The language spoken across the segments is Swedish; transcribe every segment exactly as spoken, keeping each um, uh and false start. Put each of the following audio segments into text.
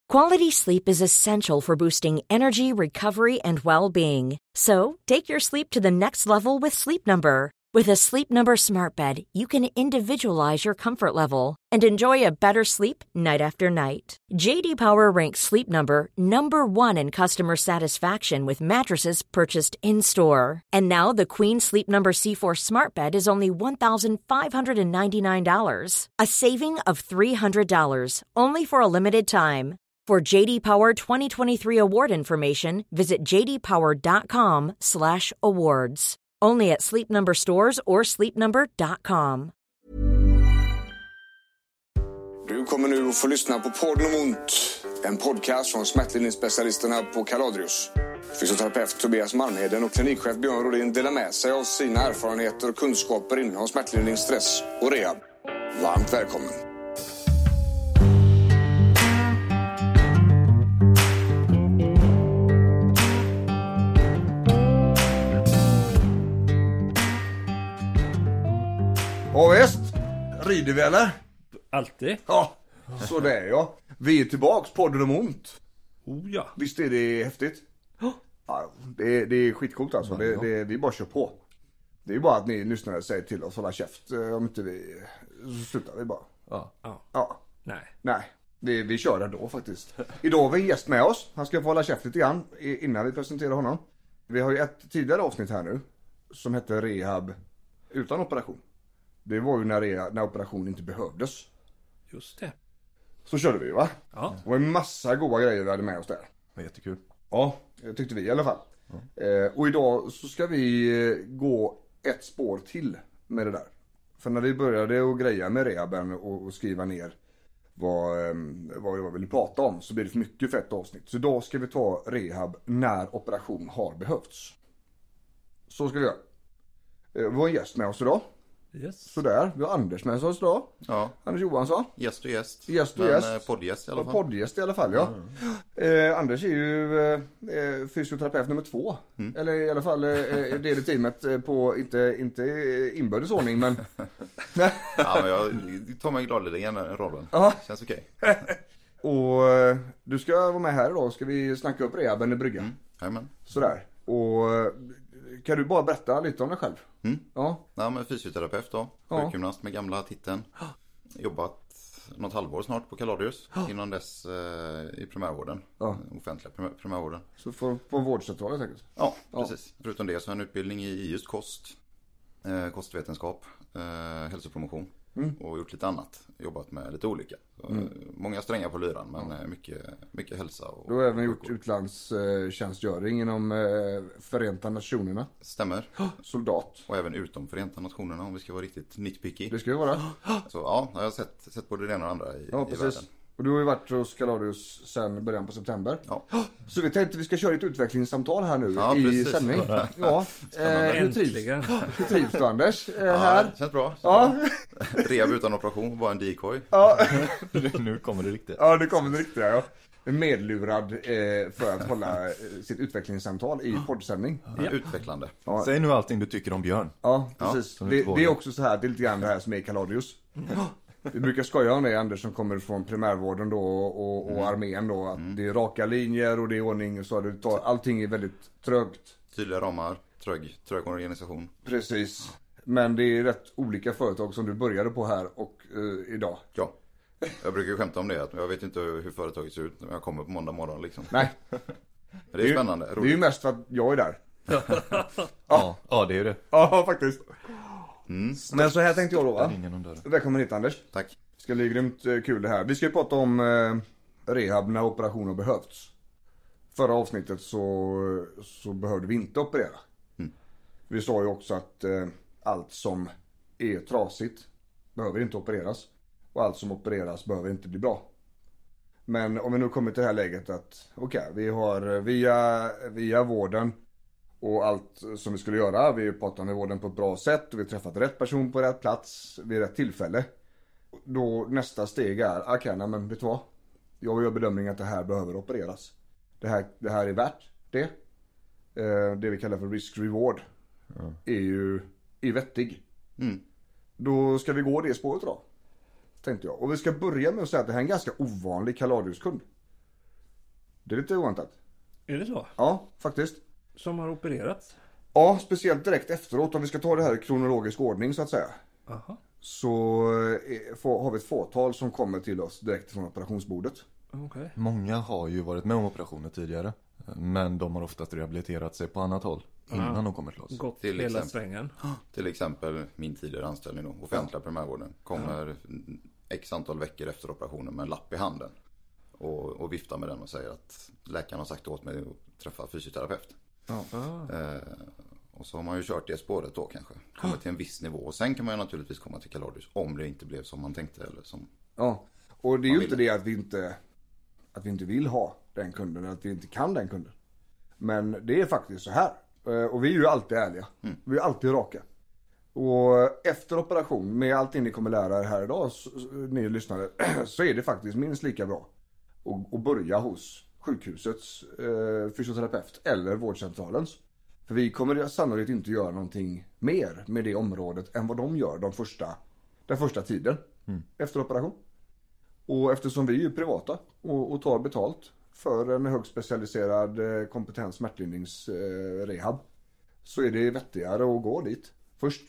Quality sleep is essential for boosting energy, recovery, and well-being. So, take your sleep to the next level with Sleep Number. With a Sleep Number smart bed, you can individualize your comfort level and enjoy a better sleep night after night. J D Power ranks Sleep Number number one in customer satisfaction with mattresses purchased in-store. And now the Queen Sleep Number C four smart bed is only one thousand five hundred ninety-nine dollars, a saving of three hundred dollars, only for a limited time. For J D Power twenty twenty-three award information, visit j d power dot com slash awards. Only at Sleep Number stores or sleep number dot com. Du kommer nu att få lyssna på Podden om ont, en podcast från smärtlindringsspecialisterna på Kaladrius. Fysioterapeut Tobias Malmheden och klinikchef Björn Rodin delar med sig av sina erfarenheter och kunskaper inom smärtlindring, stress och rehab. Varmt välkommen! Ja visst, rider vi eller? Alltid. Ja, så det är jag. Vi är tillbaks, Podden om ont. Oh ja. Visst är det häftigt? Ja, det, är, det är skitcoolt alltså, det, det, vi bara kör på. Det är ju bara att ni lyssnare säger till oss hålla käft. Om inte vi, så slutar vi bara. Ja. Ja. Ja. Nej. Nej, det, vi kör ändå faktiskt. Idag har vi en gäst med oss. Han ska få hålla käft lite grann innan vi presenterar honom. Vi har ju ett tidigare avsnitt här nu som heter Rehab utan operation. Det var ju när, det, när operation inte behövdes. Just det. Så körde vi va? Ja. Det var en massa goda grejer vi hade med oss där. Det var jättekul. Ja, det tyckte vi i alla fall. Ja. Eh, och idag så ska vi gå ett spår till med det där. För när vi började att greja med rehaben och, och skriva ner vad, eh, vad jag ville prata om, så blir det för mycket för ett avsnitt. Så idag ska vi ta rehab när operation har behövts. Så ska vi göra. Eh, vi har en gäst med oss idag. Yes. Sådär, vi har Anders med oss idag. Ja. Anders Johansson. Gäst och gäst. Gäst och Men, gäst. Eh, poddgäst i alla fall. Poddgäst i alla fall, ja. Mm. Eh, Anders är ju eh, fysioterapeut nummer två. Mm. Eller i alla fall eh, del i teamet eh, på, inte, inte inbördes ordning, men... Ja, men jag tar mig gladeligen den rollen. Ja. Känns okej. Och eh, du ska vara med här idag. Ska vi snacka upp rehaben i bryggan? Mm. Jajamän. Sådär. Och eh, kan du bara berätta lite om dig själv? Mm. Ja. Ja, men fysioterapeut då. Ja. Sjukgymnast med gamla titeln. Jobbat något halvår snart på Kaladrius. Innan dess eh, i primärvården. Ja. Offentliga primär, primärvården. Så på, på en vårdcentral helt enkelt? Ja, precis. Ja. Förutom det så har jag en utbildning i just kost. Eh, kostvetenskap. Eh, hälsopromotion. Mm. Och gjort lite annat. Jobbat med lite olika. Så, mm. Många strängar på lyran, men ja. mycket, mycket hälsa. Och, du har även gjort utlandstjänstgöring inom eh, Förenta Nationerna. Stämmer. Soldat. Och även utom Förenta Nationerna, om vi ska vara riktigt nitpicky. Det ska vi vara. Så ja, jag har sett, sett både det ena och det andra i, ja, i precis. världen. Och du har ju varit hos Kaladrius sedan början på september. Ja. Så vi tänkte att vi ska köra ett utvecklingssamtal här nu ja, i precis. sändning. Ja, eh, hur trivs, hur trivs du Anders? Eh, ja, här? Det känns bra. Ja. Rehab utan operation, var en decoy. Ja. Nu kommer det riktigt. Ja, det kommer det riktigt, ja. Medlurad eh, för att hålla eh, sitt utvecklingssamtal i poddsändning. Ja. Utvecklande. Ja. Säg nu allting du tycker om Björn. Ja, precis. Ja, det, det är också så här, det är lite grann det här som är Kaladrius. Vi brukar skoja om det, Anders, som kommer från primärvården då och, och mm. armén då. Att mm. det är raka linjer och det är ordning och så. Det tar, allting är väldigt trögt. Tydliga ramar, trög, trög organisation. Precis. Men det är rätt olika företag som du började på här och uh, idag. Ja. Jag brukar ju skämta om det, att jag vet inte hur företaget ser ut när jag kommer på måndag morgon liksom. Nej. Men det är ju spännande, roligt. Det är ju mest för att jag är där. ja. Ja, det är det. Ja, faktiskt. Mm. Men så här tänkte jag då, va? Välkommen hit, Anders. Tack. Det ska bli grymt kul det här. Vi ska ju prata om eh, rehab när operationer behövts. Förra avsnittet så, så behövde vi inte operera. Mm. Vi sa ju också att eh, allt som är trasigt behöver inte opereras. Och allt som opereras behöver inte bli bra. Men om vi nu kommer till det här läget att okej, okay, vi har via, via vården och allt som vi skulle göra. Vi pratar med vården på ett bra sätt och vi har träffat rätt person på rätt plats vid rätt tillfälle. Då nästa steg är, okej, okay, men vet du vad? Jag gör bedömningen att det här behöver opereras. Det här, det här är värt det. Eh, det vi kallar för risk-reward mm. är ju är vettig. Mm. Då ska vi gå det spåret då, tänkte jag. Och vi ska börja med att säga att det här är en ganska ovanlig Kaladrius-kund. Det är lite oväntat. Är det så? Ja, faktiskt. Som har opererats? Ja, speciellt direkt efteråt. Om vi ska ta det här i kronologisk ordning så att säga. Aha. Så är, får, har vi ett fåtal som kommer till oss direkt från operationsbordet. Okay. Många har ju varit med om operationer tidigare. Men de har oftast rehabiliterat sig på annat håll innan Ah. de kommer till oss. Gått Till hela exempel. svängen. Till exempel min tidigare anställning då, offentliga primärvården. Kommer x antal veckor efter operationen med en lapp i handen. Och, och viftar med den och säger att läkaren har sagt åt mig att träffa fysioterapeut. Ja. Ah. Eh, och så har man ju kört det spåret då kanske. Kommit till en viss nivå. Och sen kan man ju naturligtvis komma till Kaladius om det inte blev som man tänkte eller som... Ja, och det är Man ju inte vill. det att vi inte att vi inte vill ha den kunden eller att vi inte kan den kunden. Men det är faktiskt så här. Eh, Och vi är ju alltid ärliga. Mm. Vi är alltid raka. Och efter operation, med allting ni kommer lära er här idag, så, ni lyssnare, så är det faktiskt minst lika bra att, att börja hos sjukhusets eh, fysioterapeut eller vårdcentralens. För vi kommer sannolikt inte göra någonting mer med det området än vad de gör de första, den första tiden efter operation. Och eftersom vi är ju privata och, och tar betalt för en högspecialiserad eh, kompetens smärtlindringsrehab eh, rehab, så är det vettigare att gå dit först.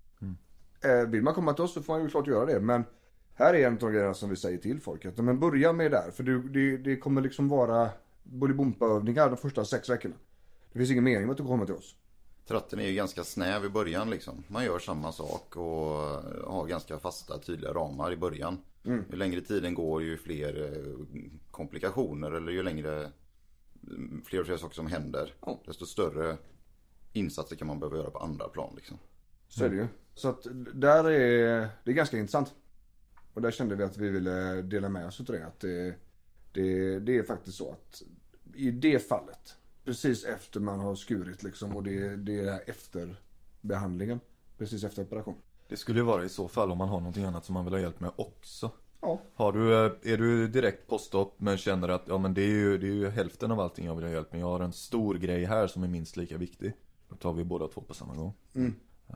Eh, vill man komma till oss så får man ju klart göra det. Men här är en av de grejerna som vi säger till folk. Att, men börja med där. För det, det, det kommer liksom vara bolibompa-övningar de första sex veckorna. Det finns ingen mening med att du kommer till oss. Tratten är ju ganska snäv i början liksom. Man gör samma sak och har ganska fasta, tydliga ramar i början. Mm. Ju längre tiden går, ju fler eh, komplikationer eller ju längre fler och fler saker som händer. Ja. Desto större insatser kan man behöva göra på andra plan liksom. Så är det ju. Så att där är det är ganska intressant. Och där kände vi att vi ville dela med oss av det. Att det, det, det är faktiskt så att i det fallet, precis efter man har skurit liksom, och det, det är här efter behandlingen, precis efter operation. Det skulle ju vara i så fall om man har någonting annat som man vill ha hjälp med också. Ja. Har du, är du direkt postop men känner att ja, men det, är ju, det är ju hälften av allting jag vill ha hjälp med. Jag har en stor grej här som är minst lika viktig. Då tar vi båda två på samma gång. Mm.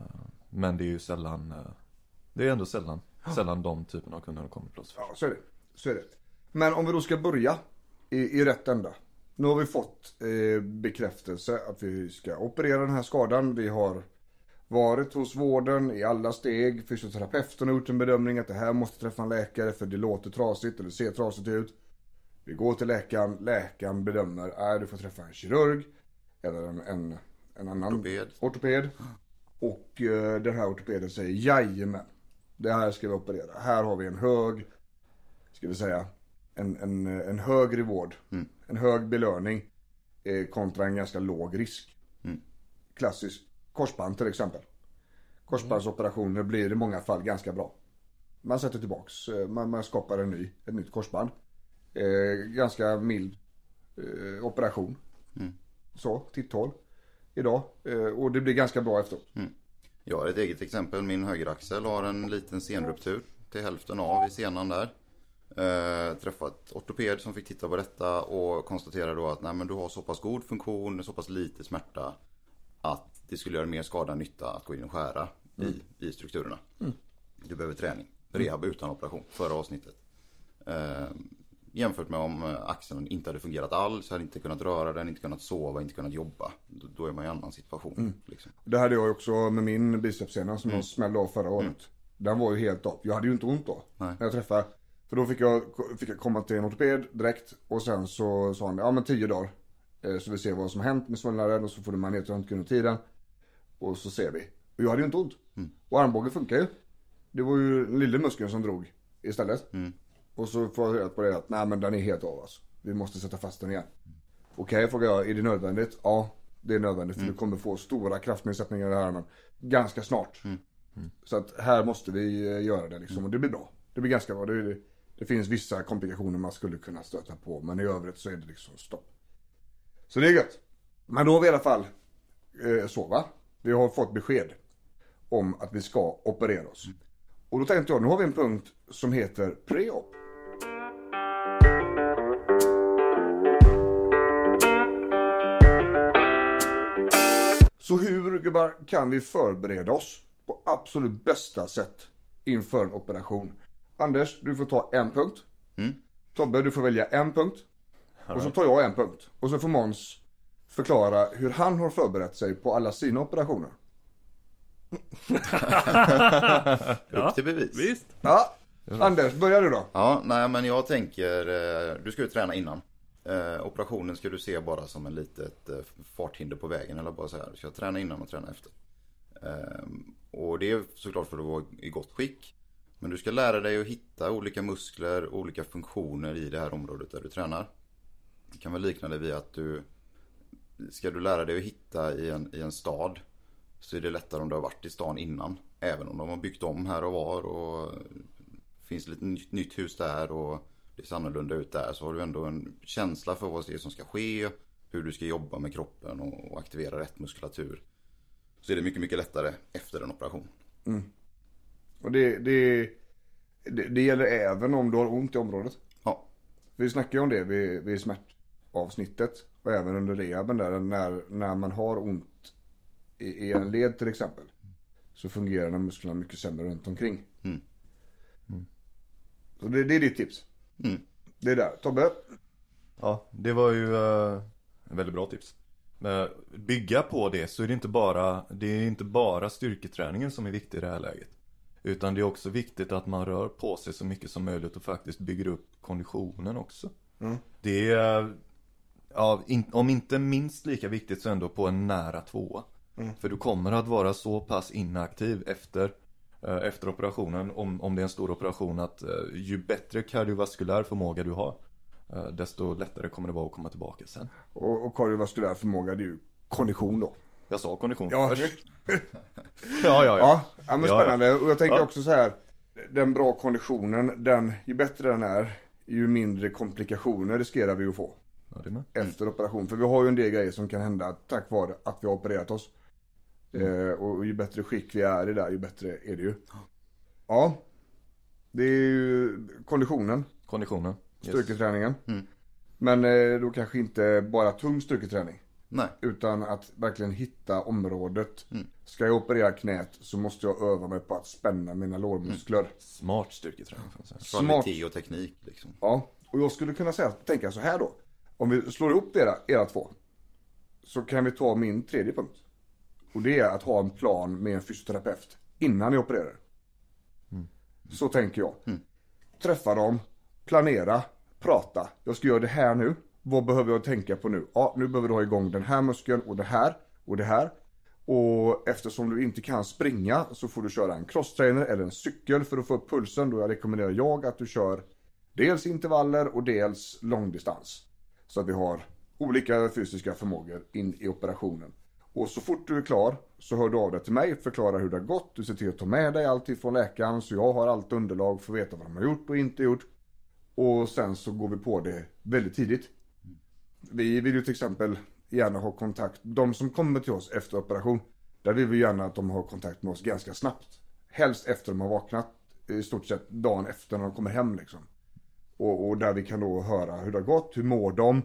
Men det är ju sällan, det är ändå sällan, sällan de typerna av kunder kommer till oss. Ja, så är det. Så är det. Men om vi då ska börja i, i rätt ända. Nu har vi fått eh, bekräftelse att vi ska operera den här skadan. Vi har varit hos vården i alla steg. Fysioterapeuten har gjort en bedömning att det här måste träffa en läkare för det låter trasigt eller ser trasigt ut. Vi går till läkaren. Läkaren bedömer att du får träffa en kirurg eller en, en, en annan Ortoped. ortoped. Och eh, den här ortopeden säger jajamän, det här ska vi operera. Här har vi en hög, ska vi säga, en, en, en högre vård. Mm. En hög belöning eh, kontra en ganska låg risk. Mm. Klassisk korsband till exempel. Korsbandsoperationer blir i många fall ganska bra. Man sätter tillbaks, eh, man, man skapar en ny, ett nytt korsband. Eh, ganska mild eh, operation. Mm. Så, titthål idag. Eh, och det blir ganska bra efteråt. Jag har ett eget exempel. Min högeraxel har en liten senruptur till hälften av i senan där. Eh, träffat ortoped som fick titta på detta och konstaterade då att nej, men du har så pass god funktion, så pass lite smärta att det skulle göra mer skada än nytta att gå in och skära mm. i, i strukturerna. Mm. Du behöver träning. Rehab utan operation, förra avsnittet. Eh, jämfört med om axeln inte hade fungerat alls, hade inte kunnat röra den, inte kunnat sova, inte kunnat jobba. Då, då är man i en annan situation. Mm. Liksom. Det hade jag också med min bicepssena som mm. jag smällde av förra året. Mm. Den var ju helt av. Jag hade ju inte ont då. Nej. När jag träffade. För då fick jag, fick jag komma till en ortoped direkt. Och sen så sa han, ja men tio dagar. Eh, så vi ser vad som har hänt med svullnaden. Och så får du magnetröntgen under tiden. Och så ser vi. Och jag hade ju inte ont. Mm. Och armbågen funkar ju. Det var ju den lilla muskeln som drog istället. Mm. Och så får jag reda på det att nej men den är helt av alltså. Vi måste sätta fast den igen. Mm. Okej, okay, frågar jag, är det nödvändigt? Ja, det är nödvändigt. Mm. För du kommer få stora kraftnedsättningar i det här armen. Ganska snart. Mm. Mm. Så att här måste vi göra det liksom. Och det blir bra. Det blir ganska bra. Det, det finns vissa komplikationer man skulle kunna stöta på. Men i övrigt så är det liksom stopp. Så det är gött. Men då har vi i alla fall eh, så va. Vi har fått besked om att vi ska operera oss. Mm. Och då tänkte jag, nu har vi en punkt som heter pre-op. Så hur gubbar kan vi förbereda oss på absolut bästa sätt inför en operation? Anders, du får ta en punkt. Mm. Tobbe, du får välja en punkt. Och så tar jag en punkt. Och så får Måns förklara hur han har förberett sig på alla sina operationer. Ja, upp till bevis. Visst. Ja, Anders, börjar du då? Ja, nej men jag tänker, eh, du ska ju träna innan. Eh, operationen ska du se bara som en litet eh, farthinder på vägen, eller bara så här. Du ska träna innan och träna efter. Eh, och det är såklart för att vara i gott skick. Men du ska lära dig att hitta olika muskler, olika funktioner i det här området där du tränar. Det kan väl likna det vid att du, ska du lära dig att hitta i en, i en stad, så är det lättare om du har varit i stan innan. Även om de har byggt om här och var och finns lite nytt, nytt hus där och det ser annorlunda ut där, så har du ändå en känsla för vad det är som ska ske, hur du ska jobba med kroppen och, och aktivera rätt muskulatur. Så är det mycket, mycket lättare efter en operation. Mm. Och det, det, det, det gäller även om du har ont i området. Ja. Vi snackade ju om det vid, vid smärtavsnittet och även under rehaben där, när, när man har ont i, i en led till exempel, så fungerar de musklerna mycket sämre runt omkring. Mm. Mm. Så det, det är ditt tips. Mm. Det är där. Tobbe? Ja, det var ju uh, en väldigt bra tips. Men bygga på det, så är det inte bara, det är inte bara styrketräningen som är viktig i det här läget. Utan det är också viktigt att man rör på sig så mycket som möjligt och faktiskt bygger upp konditionen också. Mm. Det är, ja, in, om inte minst lika viktigt, så ändå på en nära tvåa. Mm. För du kommer att vara så pass inaktiv efter, eh, efter operationen, om, om det är en stor operation, att eh, ju bättre kardiovaskulär förmåga du har, eh, desto lättare kommer det vara att komma tillbaka sen. Och, och kardiovaskulär förmåga, det är ju kondition då. Jag sa kondition ja. först. ja, ja, ja. Ja, ja men spännande. Ja, ja. Och jag tänker ja. också så här, den bra konditionen, den, ju bättre den är, ju mindre komplikationer riskerar vi att få. Ja, det med. Efter operation. För vi har ju en del grejer som kan hända tack vare att vi har opererat oss. Mm. Eh, och ju bättre skick vi är i det där, ju bättre är det ju. Ja, det är ju konditionen. Konditionen. Yes. Styrketräningen. Mm. Men eh, då kanske inte bara tung styrketräning. Nej. Utan att verkligen hitta området. Mm. Ska jag operera knät, så måste jag öva mig på att spänna mina lårmuskler. Mm. Smart styrketräning. Kvalitet och teknik liksom. Ja, och jag skulle kunna säga, tänka så här då. Om vi slår ihop era, era två, så kan vi ta min tredje punkt. Och det är att ha en plan med en fysioterapeut innan ni opererar. Mm. Så tänker jag. Mm. Träffa dem, planera, prata. Jag ska göra det här nu. Vad behöver jag tänka på nu? Ja, nu behöver du ha igång den här muskeln och det här och det här. Och eftersom du inte kan springa, så får du köra en crosstrainer eller en cykel för att få upp pulsen. Då rekommenderar jag att du kör dels intervaller och dels långdistans. Så att vi har olika fysiska förmågor in i operationen. Och så fort du är klar, så hör du av dig till mig, förklara hur det har gått. Du ser till att ta med dig allt från läkaren, så jag har allt underlag för att veta vad de har gjort och inte gjort. Och sen så går vi på det väldigt tidigt. Vi vill ju till exempel gärna ha kontakt, de som kommer till oss efter operation, där vill vi gärna att de har kontakt med oss ganska snabbt. Helst efter de har vaknat, i stort sett dagen efter när de kommer hem liksom. Och, och där vi kan då höra hur det har gått, hur mår de.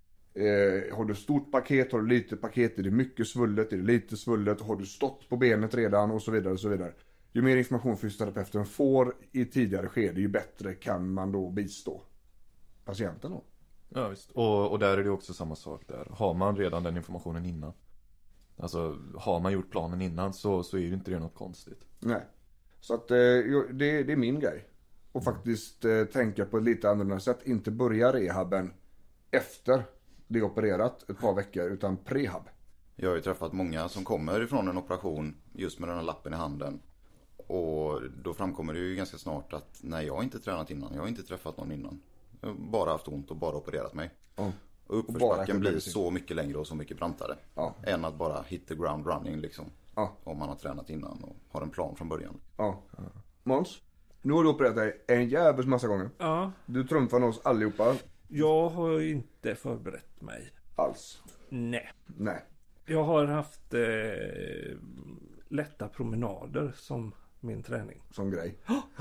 Eh, har du stort paket, har du lite paket, är det mycket svullet, är det lite svullet, har du stått på benet redan och så vidare och så vidare. Ju mer information fysioterapeuten får i tidigare skede, ju bättre kan man då bistå patienten då. Ja visst, och, och där är det också samma sak där. Har man redan den informationen innan, alltså har man gjort planen innan, så, så är ju inte det något konstigt. Nej, så att eh, det, det är min grej. Och mm. faktiskt eh, tänka på ett lite annorlunda sätt. Inte börja rehaben efter det är opererat ett par veckor, utan prehab. Jag har ju träffat många som kommer ifrån en operation just med den här lappen i handen. Och då framkommer det ju ganska snart att nej, jag har inte tränat innan. Jag har inte träffat någon innan. Jag har bara haft ont och bara opererat mig. Mm. Och uppförsbacken blir så mycket längre och så mycket brantare. Ja. Än att bara hit the ground running liksom. Ja. Om man har tränat innan och har en plan från början. Ja. Ja. Måns, nu har du opererat dig en jävla massa gånger. Ja. Du trumfar oss allihopa. Jag har inte förberett mig. Alls? Nej. Nej. Jag har haft eh, lätta promenader som min träning. Som grej.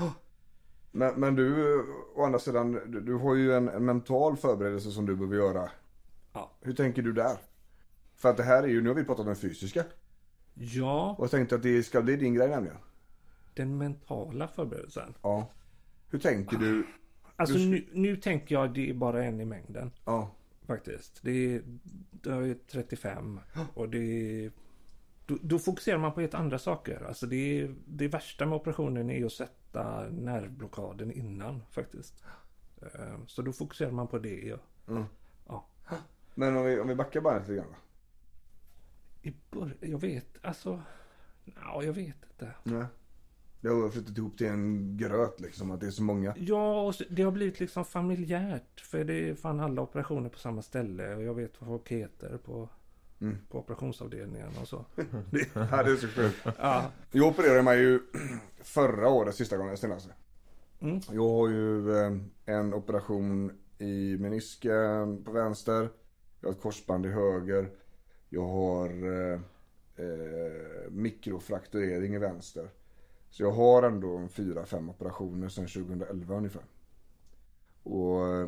Men, men du, å andra sidan, du, du har ju en, en mental förberedelse som du behöver göra. Ja. Hur tänker du där? För att det här är ju, nu har vi pratat om den fysiska. Ja. Och jag tänkte att det ska bli din grej nämligen. Den mentala förberedelsen. Ja. Hur tänker du? Alltså du... Nu, nu tänker jag att det är bara en i mängden. Ja. Faktiskt. Det är, det är trettiofem och det då, då fokuserar man på helt andra saker. Alltså det, det värsta med operationen är att sätta nervblockaden innan faktiskt. Så då fokuserar man på det. Och, Mm. ja. Men om vi, om vi backar bandet lite grann. I bör- jag vet, alltså, ja, jag vet inte. Nej. Det har flyttat ihop till en gröt liksom, att det är så många. Ja, och så- det har blivit liksom familjärt. För det är fan alla operationer på samma ställe. Och jag vet vad folk heter på, Mm. på operationsavdelningen och så. Det, ja, det är så sjukt. Ja. Jag opererade mig ju förra året, sista gången senaste. Mm. Jag har ju eh, en operation i menisken på vänster. Jag har ett korsband i höger. Jag har eh, eh, mikrofrakturering i vänster. Så jag har ändå en fyra, fem operationer sedan tjugoelva ungefär. Och eh,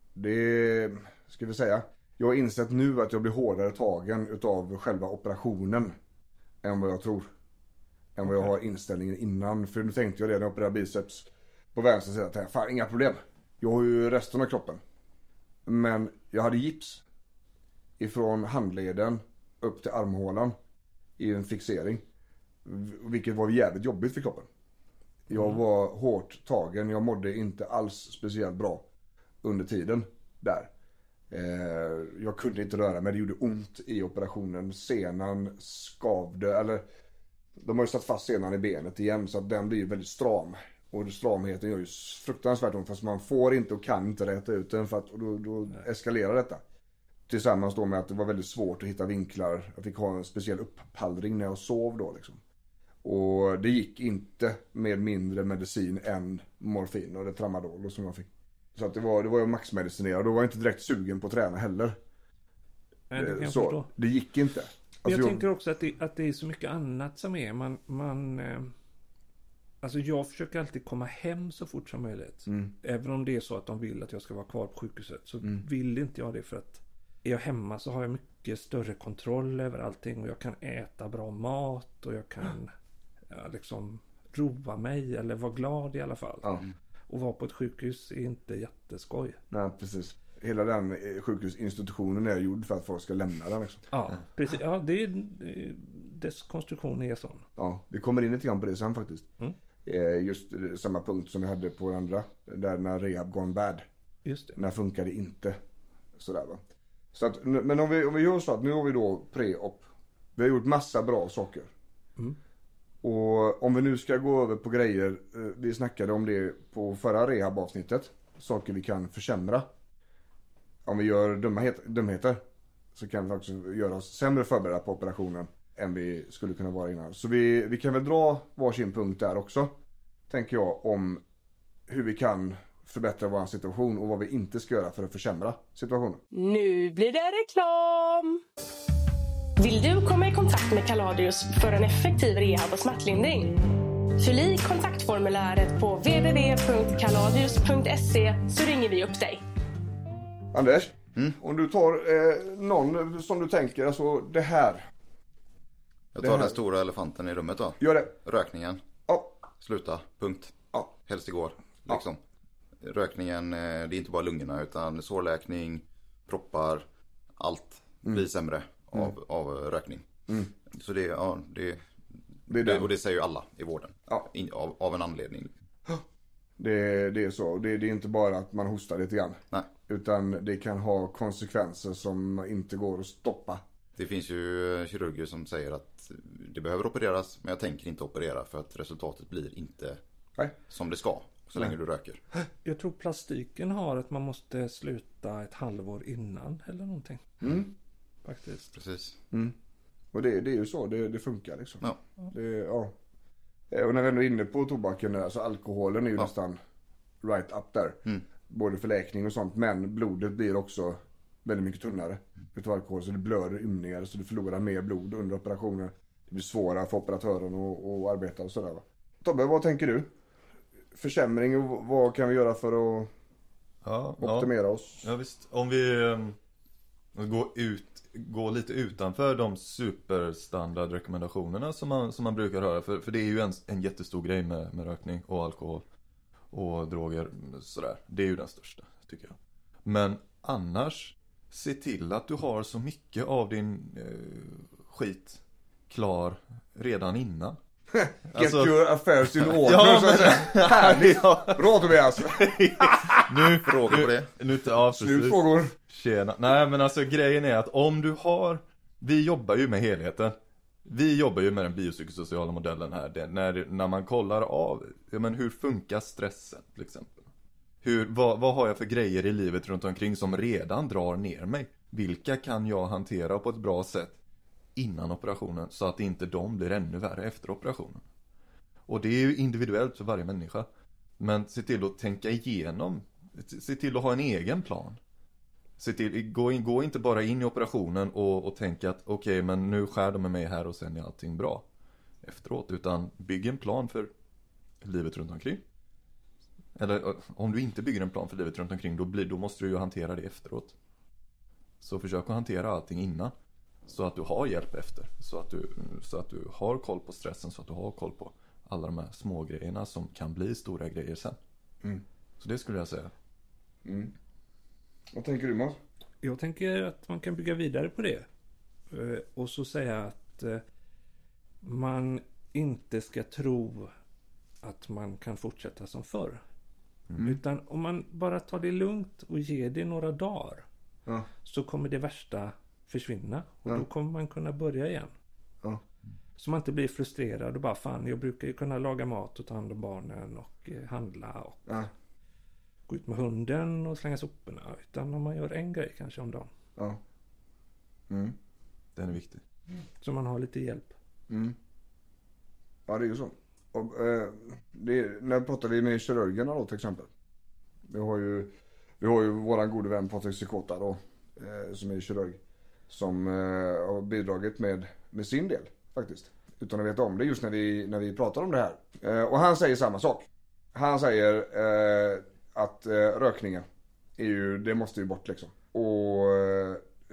det ska vi säga. Jag har insett nu att jag blir hårdare tagen utav själva operationen än vad jag tror. Än vad jag har inställningen innan. För nu tänkte jag det när jag opererade biceps på vänster sida. Tänkte, fan, inga problem. Jag har ju resten av kroppen. Men jag hade gips ifrån handleden upp till armhålan i en fixering. Vilket var jävligt jobbigt för kroppen. Jag var hårt tagen. Jag mådde inte alls speciellt bra under tiden där. Eh, jag kunde inte röra mig. Det gjorde ont i operationen. Senan skavde. Eller de har ju satt fast senan i benet igen. Så att den blir ju väldigt stram. Och stramheten gör ju fruktansvärt ont. Fast man får inte och kan inte räta ut den. För att och då, då eskalerar detta. Tillsammans då med att det var väldigt svårt att hitta vinklar. Jag fick ha en speciell upppallring när jag sov då liksom. Och det gick inte med mindre medicin än morfin och det tramadol som jag fick. Så att det var, det var jag maxmedicinerad. Då var jag inte direkt sugen på att träna heller. Nej, det kan jag så förstå. det gick inte. Alltså Men jag jag, tänker också att det, att det är så mycket annat som är. Man, man, eh, alltså jag försöker alltid komma hem så fort som möjligt. Mm. Även om det är så att de vill att jag ska vara kvar på sjukhuset. Så Mm. vill inte jag det för att är jag hemma så har jag mycket större kontroll över allting. Och jag kan äta bra mat och jag kan ja, liksom roa mig eller vara glad i alla fall. Ja. Och vara på ett sjukhus är inte jätteskoj. Nej, precis. Hela den eh, sjukhusinstitutionen är gjord för att folk ska lämna den liksom. Ja, precis. Ja, det är, det- dess konstruktion är sån. Ja, vi kommer in lite grann på det sen faktiskt. Mm. Eh, Just eh, samma punkt som vi hade på andra. Där när rehab gone bad. Just det. När funkar det inte. Sådär va. Så att, men om vi, om vi gör så att nu har vi då pre-op. Vi har gjort massa bra saker. Mm. Och om vi nu ska gå över på grejer. eh, Vi snackade om det på förra rehabavsnittet. Saker vi kan försämra. Om vi gör dumhet, dumheter. Så kan vi också göra oss sämre förberedda på operationen. Än vi skulle kunna vara innan. Så vi, vi kan väl dra varsin punkt där också. Tänker jag om hur vi kan förbättra vår situation. Och vad vi inte ska göra för att försämra situationen. Nu blir det reklam! Vill du komma i kontakt med Kaladius för en effektiv rehab och smärtlindring? Fyll i kontaktformuläret på w w w punkt kaladius punkt se så ringer vi upp dig. Anders, Mm. om du tar eh, någon som du tänker, alltså det här. Jag Det tar här- den stora elefanten i rummet då. Gör det. Rökningen. Ja, Sluta. Punkt. ja, Helst igår. Liksom. Rökningen, eh, det är inte bara lungorna utan sårläkning, proppar, allt blir sämre av, av rökning. Mm. Så det, ja, det, det är det, den. och det säger ju alla i vården. Ja. In, av, av en anledning. Det, det är så. Det, det är inte bara att man hostar lite grann. Nej. Utan det kan ha konsekvenser som inte går att stoppa. Det finns ju kirurger som säger att det behöver opereras, men jag tänker inte operera för att resultatet blir inte Nej. som det ska så länge du röker. Jag tror plastiken har att man måste sluta ett halvår innan eller någonting. Mm. Faktiskt. Precis. Mm. Och det, det är ju så. Det, det funkar liksom. Ja. Det, ja. Eh, Och när vi ändå är inne på tobaken där, så alkoholen är ju Ja. nästan right up där. Mm. Både för läkning och sånt. Men blodet blir också väldigt mycket tunnare utav alkohol. Så det blöder ymningar. Så du förlorar mer blod under operationen. Det blir svårare för operatören att, att arbeta och sådär va. Tobbe, vad tänker du? Försämring och vad kan vi göra för att Ja, optimera ja. oss? Ja visst, om vi um, går, ut, går lite utanför de superstandardrekommendationerna som man, som man brukar höra. För, för det är ju en, en jättestor grej med, med rökning och alkohol och droger sådär. Det är ju den största tycker jag. Men annars se till att du har så mycket av din eh, skit klar redan innan. Get Alltså- your affairs in order. Ja, så att säga. Härligt. Ja. Bra Tobias. Nu Frågor på det? Nu, ja, Slut precis. frågor. Tjena. Nej men alltså grejen är att om du har, vi jobbar ju med helheten. Vi jobbar ju med den biopsykosociala modellen här. Det, när, när man kollar av, ja, men hur funkar stressen till exempel? Hur, vad, vad har jag för grejer i livet runt omkring som redan drar ner mig? Vilka kan jag hantera på ett bra sätt innan operationen så att inte de blir ännu värre efter operationen? Och det är ju individuellt för varje människa. Men se till att tänka igenom, se till att ha en egen plan. Se till, gå, in, gå inte bara in i operationen och, och tänka att okej, okay, men nu skär de med mig här och sen är allting bra efteråt. Utan bygg en plan för livet runt omkring. Eller om du inte bygger en plan för livet runt omkring, då, blir, då måste du ju hantera det efteråt. Så försök att hantera allting innan. Så att du har hjälp efter. Så att du, så att du har koll på stressen, så att du har koll på alla de här små grejerna som kan bli stora grejer sen. Mm. Så det skulle jag säga. Mm. Vad tänker du, Mats? Jag tänker att man kan bygga vidare på det. Eh, Och så säga att eh, man inte ska tro att man kan fortsätta som förr. Mm. Utan om man bara tar det lugnt och ger det några dagar, Ja. så kommer det värsta försvinna. Och Ja. då kommer man kunna börja igen. Ja. Så man inte blir frustrerad och bara fan, jag brukar ju kunna laga mat och ta hand om barnen och eh, handla och Ja. gå ut med hunden och slänga soporna. Utan om man gör en grej kanske om dagen. Ja. Mm. Den är viktig. Så man har lite hjälp. Mm. Ja, det är ju så. Och, eh, det, när pratar vi med kirurgerna då till exempel. Vi har ju, vi har ju våran gode vän Patrik Sikota då, eh, som är kirurg. Som eh, har bidragit med, med sin del faktiskt. Utan att veta om det just när vi, när vi pratar om det här. Eh, och han säger samma sak. Han säger eh, att eh, rökningen är ju, det måste ju bort liksom. Och eh,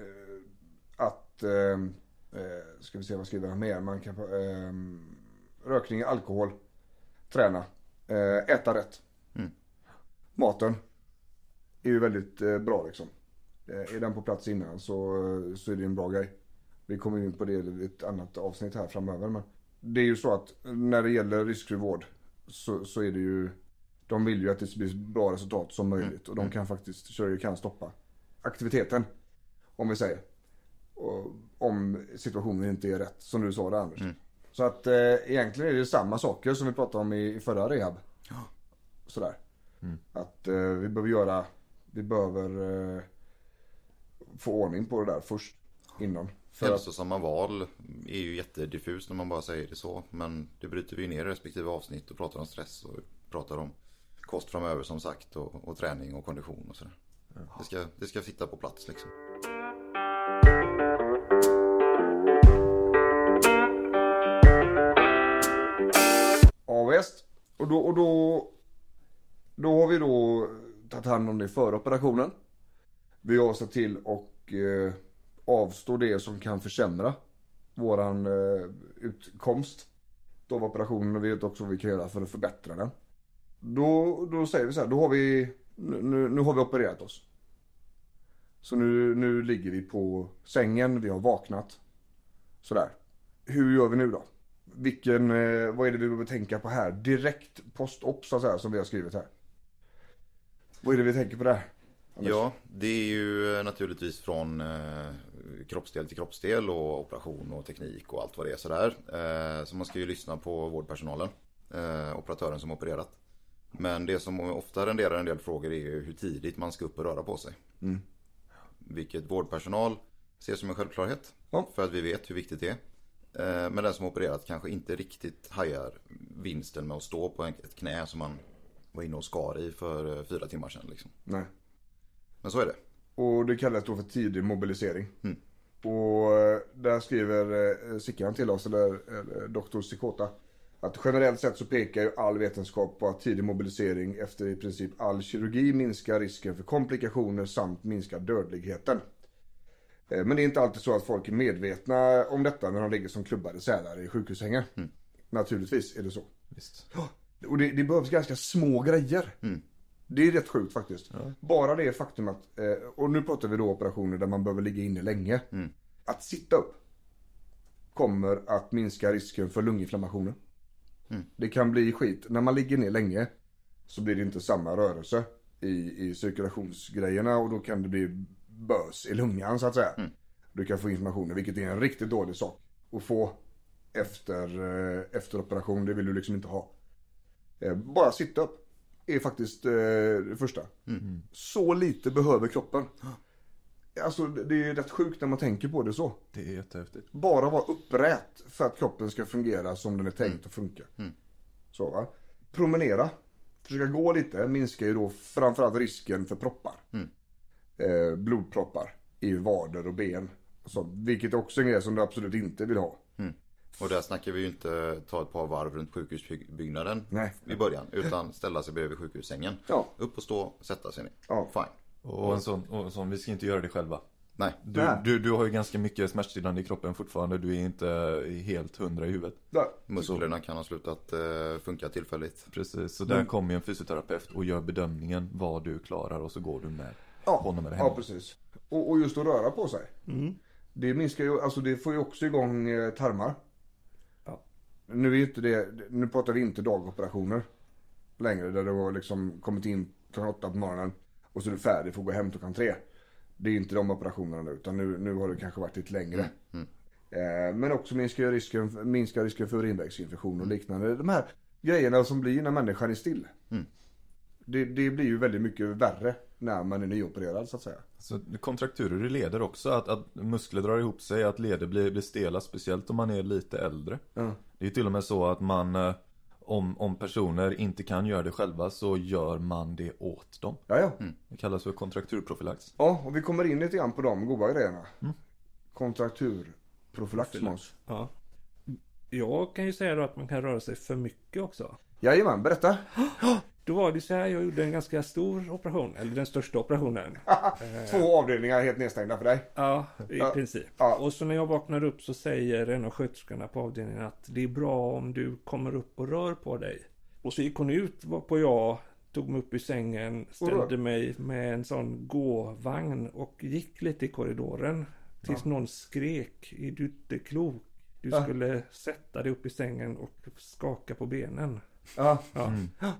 att, eh, eh, ska vi se vad skriver han mer, man kan, eh, rökning, alkohol, träna, eh, äta rätt. Mm. Maten är ju väldigt eh, bra liksom. Eh, är den på plats innan så, så är det en bra grej. Vi kommer in på det i ett annat avsnitt här framöver. Men det är ju så att när det gäller riskfri vård så, så är det ju, de vill ju att det ska bli bra resultat som möjligt. Och de kan faktiskt, kirurger kan stoppa aktiviteten, om vi säger. Och, om situationen inte är rätt, som du sa där, Anders. Mm. Så att eh, egentligen är det samma saker som vi pratade om i, i förra rehab. Ja. Sådär. Mm. Att eh, vi behöver göra, vi behöver eh, få ordning på det där först, innan. För att, Hälsosamma val är ju jättediffust när man bara säger det så. Men det bryter vi ju ner i respektive avsnitt och pratar om stress och pratar om kost framöver som sagt och, och träning och kondition och sådär. Det ska, det ska sitta på plats liksom. Ja, visst. Och då, och då, då har vi då tagit hand om det före operationen. Vi har sett till och eh, avstå det som kan försämra våran eh, utkomst av operationen, och vi vet också vad vi kan göra för att förbättra den. Då, då säger vi så här, då har vi, nu, nu har vi opererat oss. Så nu, nu ligger vi på sängen, vi har vaknat. Sådär. Hur gör vi nu då? Vilken, eh, vad är det vi behöver tänka på här? Direkt post-op så att säga, som vi har skrivit här. Vad är det vi tänker på där? Anders? Ja, det är ju naturligtvis från eh, kroppsdel till kroppsdel och operation och teknik och allt vad det är sådär. Eh, så man ska ju lyssna på vårdpersonalen, eh, operatören som opererat. Men det som ofta renderar en del frågor är ju hur tidigt man ska upp och röra på sig. Mm. Vilket vårdpersonal ser som en självklarhet. Ja. För att vi vet hur viktigt det är. Eh, men den som opererat kanske inte riktigt hajar vinsten med att stå på ett knä som man var inne och skar i för fyra timmar sedan liksom. Nej. Men så är det. Och det kallas då för tidig mobilisering. Mm. Och eh, där skriver eh, Sickan till oss, eller, eller doktor Sikota, att generellt sett så pekar ju all vetenskap på att tidig mobilisering efter i princip all kirurgi minskar risken för komplikationer samt minskar dödligheten. Eh, men det är inte alltid så att folk är medvetna om detta när de ligger som klubbade sälar i sjukhussängar. Mm. Naturligtvis är det så. Visst. Och det, det behövs ganska små grejer. Mm. Det är rätt sjukt faktiskt. Ja. Bara det faktum att, eh, och nu pratar vi då operationer där man behöver ligga inne länge. Mm. Att sitta upp kommer att minska risken för lunginflammationer. Mm. Det kan bli skit. När man ligger ner länge så blir det inte samma rörelse i, i cirkulationsgrejerna och då kan det bli bös i lungan så att säga. Mm. Du kan få inflammationer, vilket är en riktigt dålig sak att få efter, eh, efter operation. Det vill du liksom inte ha. Eh, bara sitta upp är faktiskt eh, det första. Mm. Så lite behöver kroppen. Alltså det är rätt sjukt när man tänker på det så. Det är jättehäftigt. Bara vara upprätt för att kroppen ska fungera som den är tänkt Mm. att funka. Mm. Så va. Promenera. Försöka gå lite minskar ju då framförallt risken för proppar. Mm. Eh, blodproppar i vader och ben. Så, vilket är också en grej som du absolut inte vill ha. Mm. Och där snackar vi ju inte ta ett par varv runt sjukhusbyggnaden Nej. i början. Utan ställa sig bredvid sjukhussängen. Ja. Upp och stå, sätta sig ner. Ja. Fine. Och en sån, och en sån, vi ska inte göra det själva. Nej. Du, Nej. du, du har ju ganska mycket smärtstillande i kroppen fortfarande. Du är inte helt hundra i huvudet. Där. Musklerna kan ha slutat eh, funka tillfälligt. Precis, så där kommer ju en fysioterapeut och gör bedömningen vad du klarar och så går du med Ja, honom eller henne. ja precis. Och, och just att röra på sig. Mm. Det minskar ju, alltså det får ju också igång eh, tarmar. Ja. Nu är ju inte det, nu pratar vi inte dagoperationer längre där du har liksom kommit in klockan åtta på morgonen och så är du färdig för att gå hem klockan tre. Det är inte de operationerna nu utan nu, nu har det kanske varit lite längre. Mm. Eh, men också minskar risken, minskar risken för urinvägsinfektion och liknande. De här grejerna som blir när människan är still. Mm. Det, det blir ju väldigt mycket värre när man är nyopererad så att säga. Så kontrakturer i leder också, att, att muskler drar ihop sig, att leder blir, blir stela, speciellt om man är lite äldre. Ja. Det är till och med så att man, eh, om, om personer inte kan göra det själva så gör man det åt dem. Ja, ja. Mm. Det kallas för kontrakturprofylax. Ja, och vi kommer in lite grann på de goda grejerna. Mm. Kontrakturprofylax, Måns. Ja. Jag kan ju säga då att man kan röra sig för mycket också. Jajamän, berätta. Då var det så här, jag gjorde en ganska stor operation, eller den största operationen. Två avdelningar helt nedstängda för dig. Ja, i Ja. princip. Ja. Och så när jag vaknar upp så säger en av sköterskorna på avdelningen att det är bra om du kommer upp och rör på dig. Och så gick hon ut, var på jag, tog mig upp i sängen, ställde mig med en sån gåvagn och gick lite i korridoren. Tills någon skrek, är du inte klok? Du Ja. skulle sätta dig upp i sängen och skaka på benen. Ja. Ja.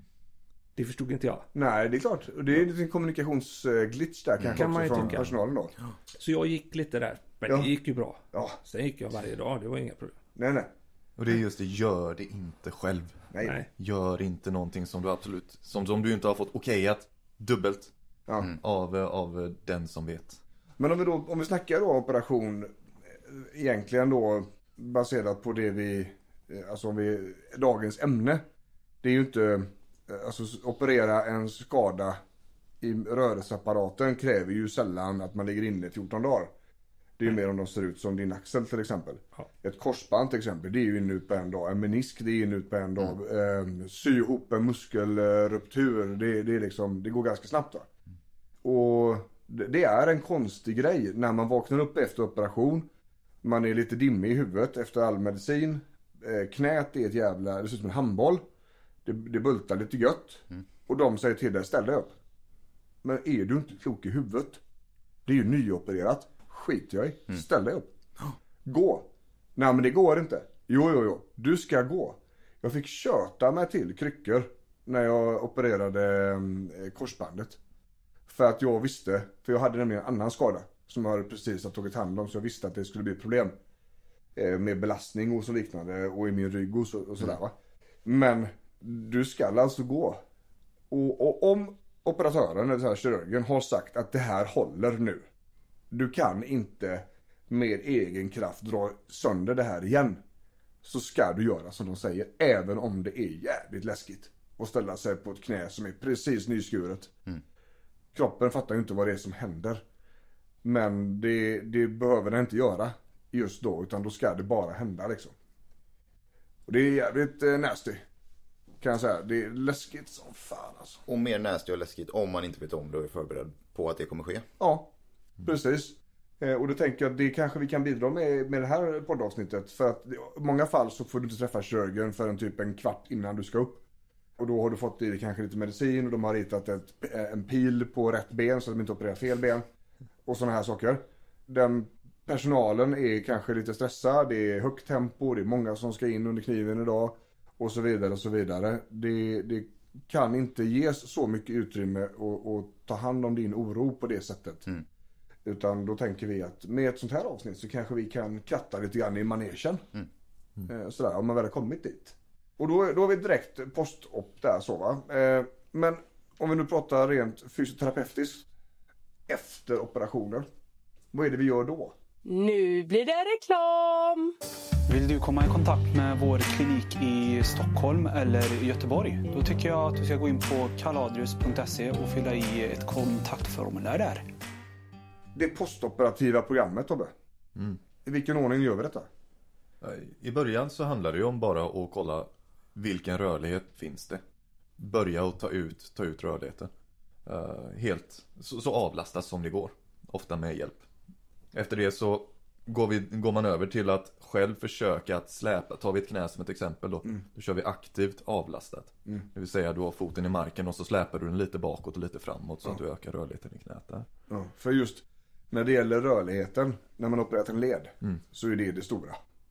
Det förstod inte jag. Nej, det är klart. Och det är en liten kommunikationsglitch där kanske Kan man också ju från tycka. personalen då. Så jag gick lite där. Men Ja. det gick ju bra. Ja, Sen gick jag varje dag, det var inga problem. nej, nej. Och det är just det, gör det inte själv. Nej. Nej. Gör inte någonting som du absolut, som, som du inte har fått okejat dubbelt Ja. av, eh, av den som vet. Men om vi då, om vi snackar då operation eh, egentligen då baserat på det vi, eh, alltså om vi, dagens ämne. Det är ju inte, eh, alltså operera en skada i rörelseapparaten kräver ju sällan att man ligger inne i fjorton dagar. Det är ju mer om de ser ut som din axel till exempel. Ja. Ett korsband till exempel, det är ju in ut på en dag. En menisk, det är in ut på en dag. Mm. Eh, sy ihop en muskelruptur, det, det är liksom, det går ganska snabbt va. Och det, det är en konstig grej när man vaknar upp efter operation. Man är lite dimmig i huvudet efter all medicin. Eh, knät är ett jävla, det ser ut som en handboll. Det, det bultar lite gött. Mm. Och de säger till dig, ställ dig upp. Men är du inte klok i huvudet? Det är ju nyopererat. Skit jag i. Ställ dig upp. Gå. Nej men det går inte. Jo jo jo. Du ska gå. Jag fick köta mig till kryckor när jag opererade eh, korsbandet. För att jag visste, för jag hade nämligen en annan skada som jag precis har tagit hand om, så jag visste att det skulle bli ett problem. Eh, med belastning och så liknande och i min rygg och, så, och sådär Mm. va. Men du ska alltså gå. Och, och om operatören eller så här kirurgen har sagt att det här håller nu. Du kan inte med egen kraft dra sönder det här igen. Så ska du göra som de säger. Även om det är jävligt läskigt. Och ställa sig på ett knä som är precis nyskuret. Mm. Kroppen fattar ju inte vad det är som händer. Men det, det behöver den inte göra just då. Utan då ska det bara hända liksom. Och det är jävligt eh, nasty. Kan jag säga. Det är läskigt som fan alltså. Och mer nasty och läskigt om man inte vet om det och är förberedd på att det kommer ske. Ja, precis. Eh, och då tänker jag att det kanske vi kan bidra med med det här poddavsnittet. För att i många fall så får du inte träffa kirurgen förrän typ en kvart innan du ska upp. Och då har du fått i dig kanske lite medicin och de har ritat ett, en pil på rätt ben så att de inte opererar fel ben. Och sådana här saker. Den personalen är kanske lite stressad, det är högt tempo, det är många som ska in under kniven idag. Och så vidare och så vidare. Det, det kan inte ges så mycket utrymme att ta hand om din oro på det sättet. Mm. Utan då tänker vi att med ett sånt här avsnitt så kanske vi kan katta lite grann i manegen. Mm. Mm. Sådär, om man väl har kommit dit. Och då, då är vi direkt post-op där så va. Men om vi nu pratar rent fysioterapeutiskt efter operationer. Vad är det vi gör då? Nu blir det reklam! Vill du komma i kontakt med vår klinik i Stockholm eller Göteborg? Då tycker jag att du ska gå in på kaladrius punkt se och fylla i ett kontaktformulär där. Det postoperativa programmet, Tobbe. Mm. I vilken ordning gör vi detta? I början så handlar det ju om bara att kolla vilken rörlighet finns det. Börja och ta ut, ta ut rörligheten. Uh, helt så, så avlastas som det går. Ofta med hjälp. Efter det så går, vi, går man över till att själv försöka att släpa. Tar vi ett knä som ett exempel då. Mm. Då kör vi aktivt avlastat. Mm. Det vill säga du har foten i marken och så släpar du den lite bakåt och lite framåt. Så ja. Att du ökar rörligheten i knät där. Ja, för just när det gäller rörligheten. När man opererat en led. Mm. Så är det det stora.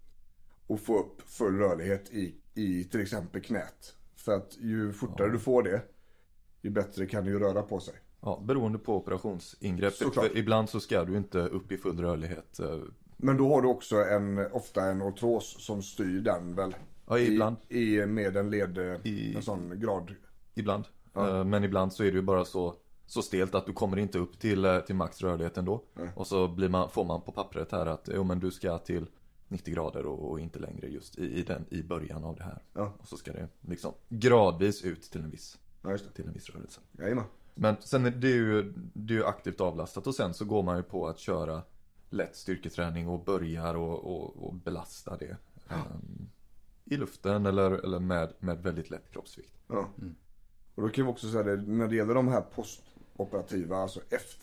Och få upp full rörlighet i, i till exempel knät. För att ju fortare ja. Du får det. Ju bättre kan det ju röra på sig. Ja, beroende på operationsingrepp. För ibland så ska du inte upp i full rörlighet. Men då har du också en, ofta en ortros som styr den väl? Ja, ibland. I, i, med en led, I, en sån grad. Ibland. Ja. Men ibland så är det ju bara så, så stelt att du kommer inte upp till, till max rörlighet ändå. Ja. Och så blir man, får man på pappret här att jo, men du ska till nittio grader och, och inte längre just i, i, den, i början av det här. Ja. Och så ska det liksom gradvis ut till en viss, ja, just det. Till en viss rörelse. Jajamän. Men sen är det ju, det är ju aktivt avlastat och sen så går man ju på att köra lätt styrketräning och börjar och, och, och belasta det ja. um, i luften eller, eller med, med väldigt lätt kroppsvikt. Ja. Mm. Och då kan vi också säga det, när det gäller de här postoperativa, alltså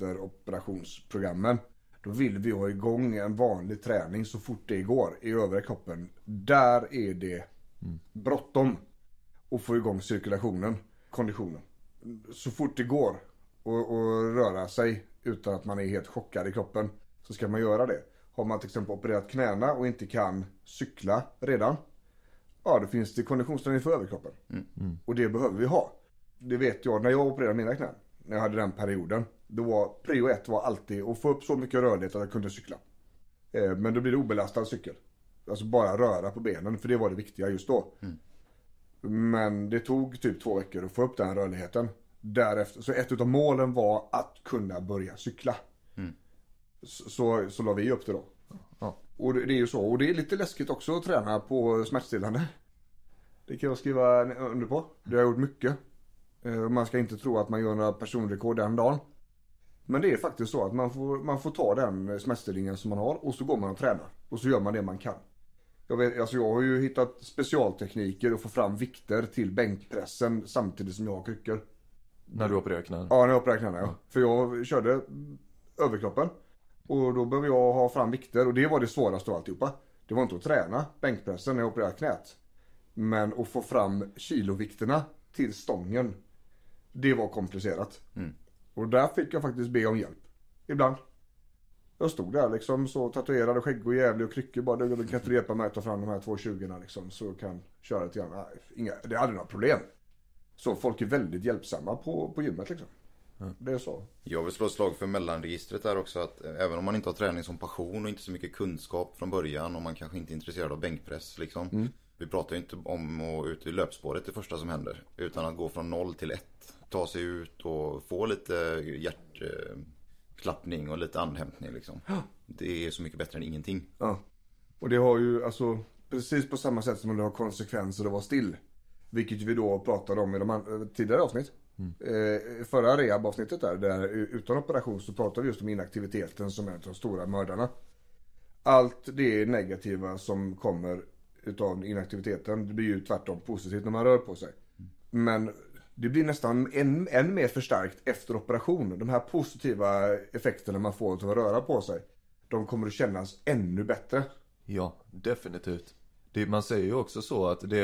efteroperationsprogrammen, då vill vi ha igång en vanlig träning så fort det går i övre kroppen. Där är det mm. bråttom att få igång cirkulationen, konditionen. Så fort det går och, och röra sig utan att man är helt chockad i kroppen så ska man göra det. Har man till exempel opererat knäna och inte kan cykla redan, ja då finns det konditionsträning för överkroppen. Mm. Mm. Och det behöver vi ha. Det vet jag när jag opererade mina knän, när jag hade den perioden. Då var prio ett var alltid att få upp så mycket rörlighet att jag kunde cykla. Eh, men då blir det obelastad cykel. Alltså bara röra på benen, för det var det viktiga just då. Mm. Men det tog typ två veckor att få upp den rörligheten. Därefter, så ett av målen var att kunna börja cykla. Mm. Så, så, så la vi upp det då. Ja. Och det, det är ju så. Och det är lite läskigt också att träna på smärtstillande. Det kan jag skriva under på. Det har jag gjort mycket. Man ska inte tro att man gör några personrekord den dagen. Men det är faktiskt så att man får, man får ta den smärtstillningen som man har. Och så går man och tränar. Och så gör man det man kan. Jag, vet, alltså jag har ju hittat specialtekniker och få fram vikter till bänkpressen samtidigt som jag har kryckor. När du opererar knäna? Ja, när jag opererar knäna, ja. ja. För jag körde överkroppen. Och då behöver jag ha fram vikter. Och det var det svåraste av alltihopa. Det var inte att träna bänkpressen när jag opererade knät. Men att få fram kilovikterna till stången. Det var komplicerat. Mm. Och där fick jag faktiskt be om hjälp. Ibland. Jag stod där liksom så tatuerade skägg och jävlig och kryckor bara. Du kan inte hjälpa mig att ta fram de här två tjugo liksom. Så kan köra lite grann. Nej, inga, det hade några problem. Så folk är väldigt hjälpsamma på, på gymmet liksom. Mm. Det är så. Jag vill slå ett slag för mellanregistret där också. Att även om man inte har träning som passion och inte så mycket kunskap från början. Och man kanske inte är intresserad av bänkpress liksom. Mm. Vi pratar ju inte om att ut i löpspåret det första som händer. Utan att gå från noll till ett. Ta sig ut och få lite hjärtklappning och lite andhämtning liksom. Det är så mycket bättre än ingenting. Ja. Och det har ju alltså precis på samma sätt som det har konsekvenser att vara still. Vilket vi då pratade om i de tidigare avsnitt. Mm. Eh, förra rehab-avsnittet där, där utan operation så pratade vi just om inaktiviteten som är en av de stora mördarna. Allt det negativa som kommer utav inaktiviteten, det blir ju tvärtom positivt när man rör på sig. Mm. Men det blir nästan än, än mer förstärkt efter operation. De här positiva effekterna man får av att röra på sig, de kommer att kännas ännu bättre. Ja, definitivt. Det, man säger ju också så att det,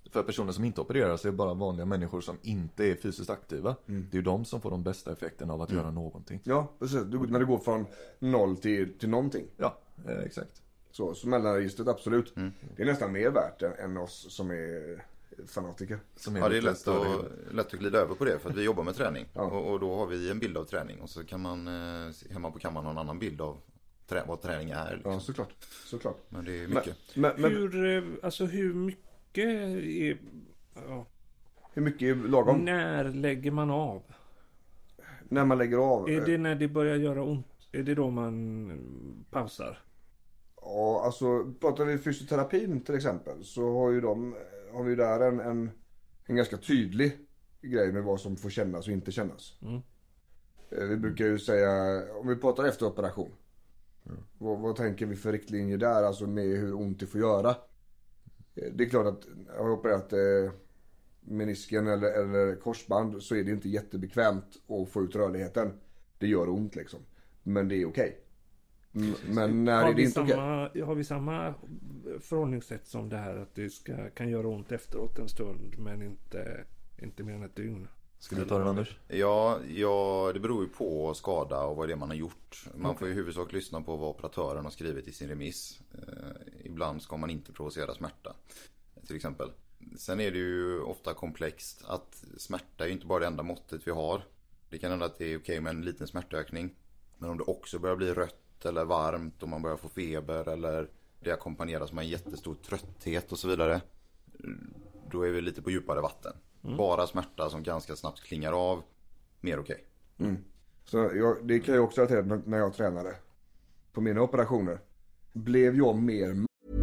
För personer som inte opererar så är det bara vanliga människor som inte är fysiskt aktiva. Mm. Det är ju de som får de bästa effekterna av att mm. göra någonting. Ja, precis. När det går från noll till, till någonting. Ja, eh, exakt. Så, så mellanregistret, absolut. Mm. Det är nästan mer värt än, än oss som är fanatiker. Som är ja, det är lätt att, lätt att glida över på det för att vi jobbar med träning. Ja. Och, och då har vi en bild av träning. Och så kan man eh, hemma på kammaren ha en annan bild av trä, vad träning är. Liksom. Ja, såklart. såklart. Men det är mycket. Men, men, hur, alltså hur mycket är... Ja. Hur mycket är lagom? När lägger man av? När man lägger av? Är det när det börjar göra ont? Är det då man pausar? Ja, alltså pratar vi fysioterapin till exempel så har ju de har vi där en, en, en ganska tydlig grej med vad som får kännas och inte kännas. Mm. Vi brukar ju säga, om vi pratar efter operation, mm. vad, vad tänker vi för riktlinjer där, alltså med hur ont det får göra? Det är klart att har jag opererat eh, menisken eller, eller korsband så är det inte jättebekvämt att få ut rörligheten. Det gör ont liksom, men det är okej. Okay. Men när har är det inte samma, okej? Har vi samma förhållningssätt som det här att det ska, kan göra ont efteråt en stund men inte, inte mer än ett dygn? Ska du ta den, Anders? Ja, ja, det beror ju på skada och vad det är man har gjort. Man okay. får i huvudsak lyssna på vad operatören har skrivit i sin remiss. Eh, ibland ska man inte provocera smärta, till exempel. Sen är det ju ofta komplext att smärta är inte bara det enda måttet vi har. Det kan hända att det är okej med en liten smärtökning. Men om det också börjar bli rött eller varmt och man börjar få feber eller det ackompanjeras med en jättestor trötthet och så vidare, då är vi lite på djupare vatten. Mm. Bara smärta som ganska snabbt klingar av, mer okej. Okay. Mm. Så jag, det kan jag också relatera när jag tränade på mina operationer. Blev jag mer...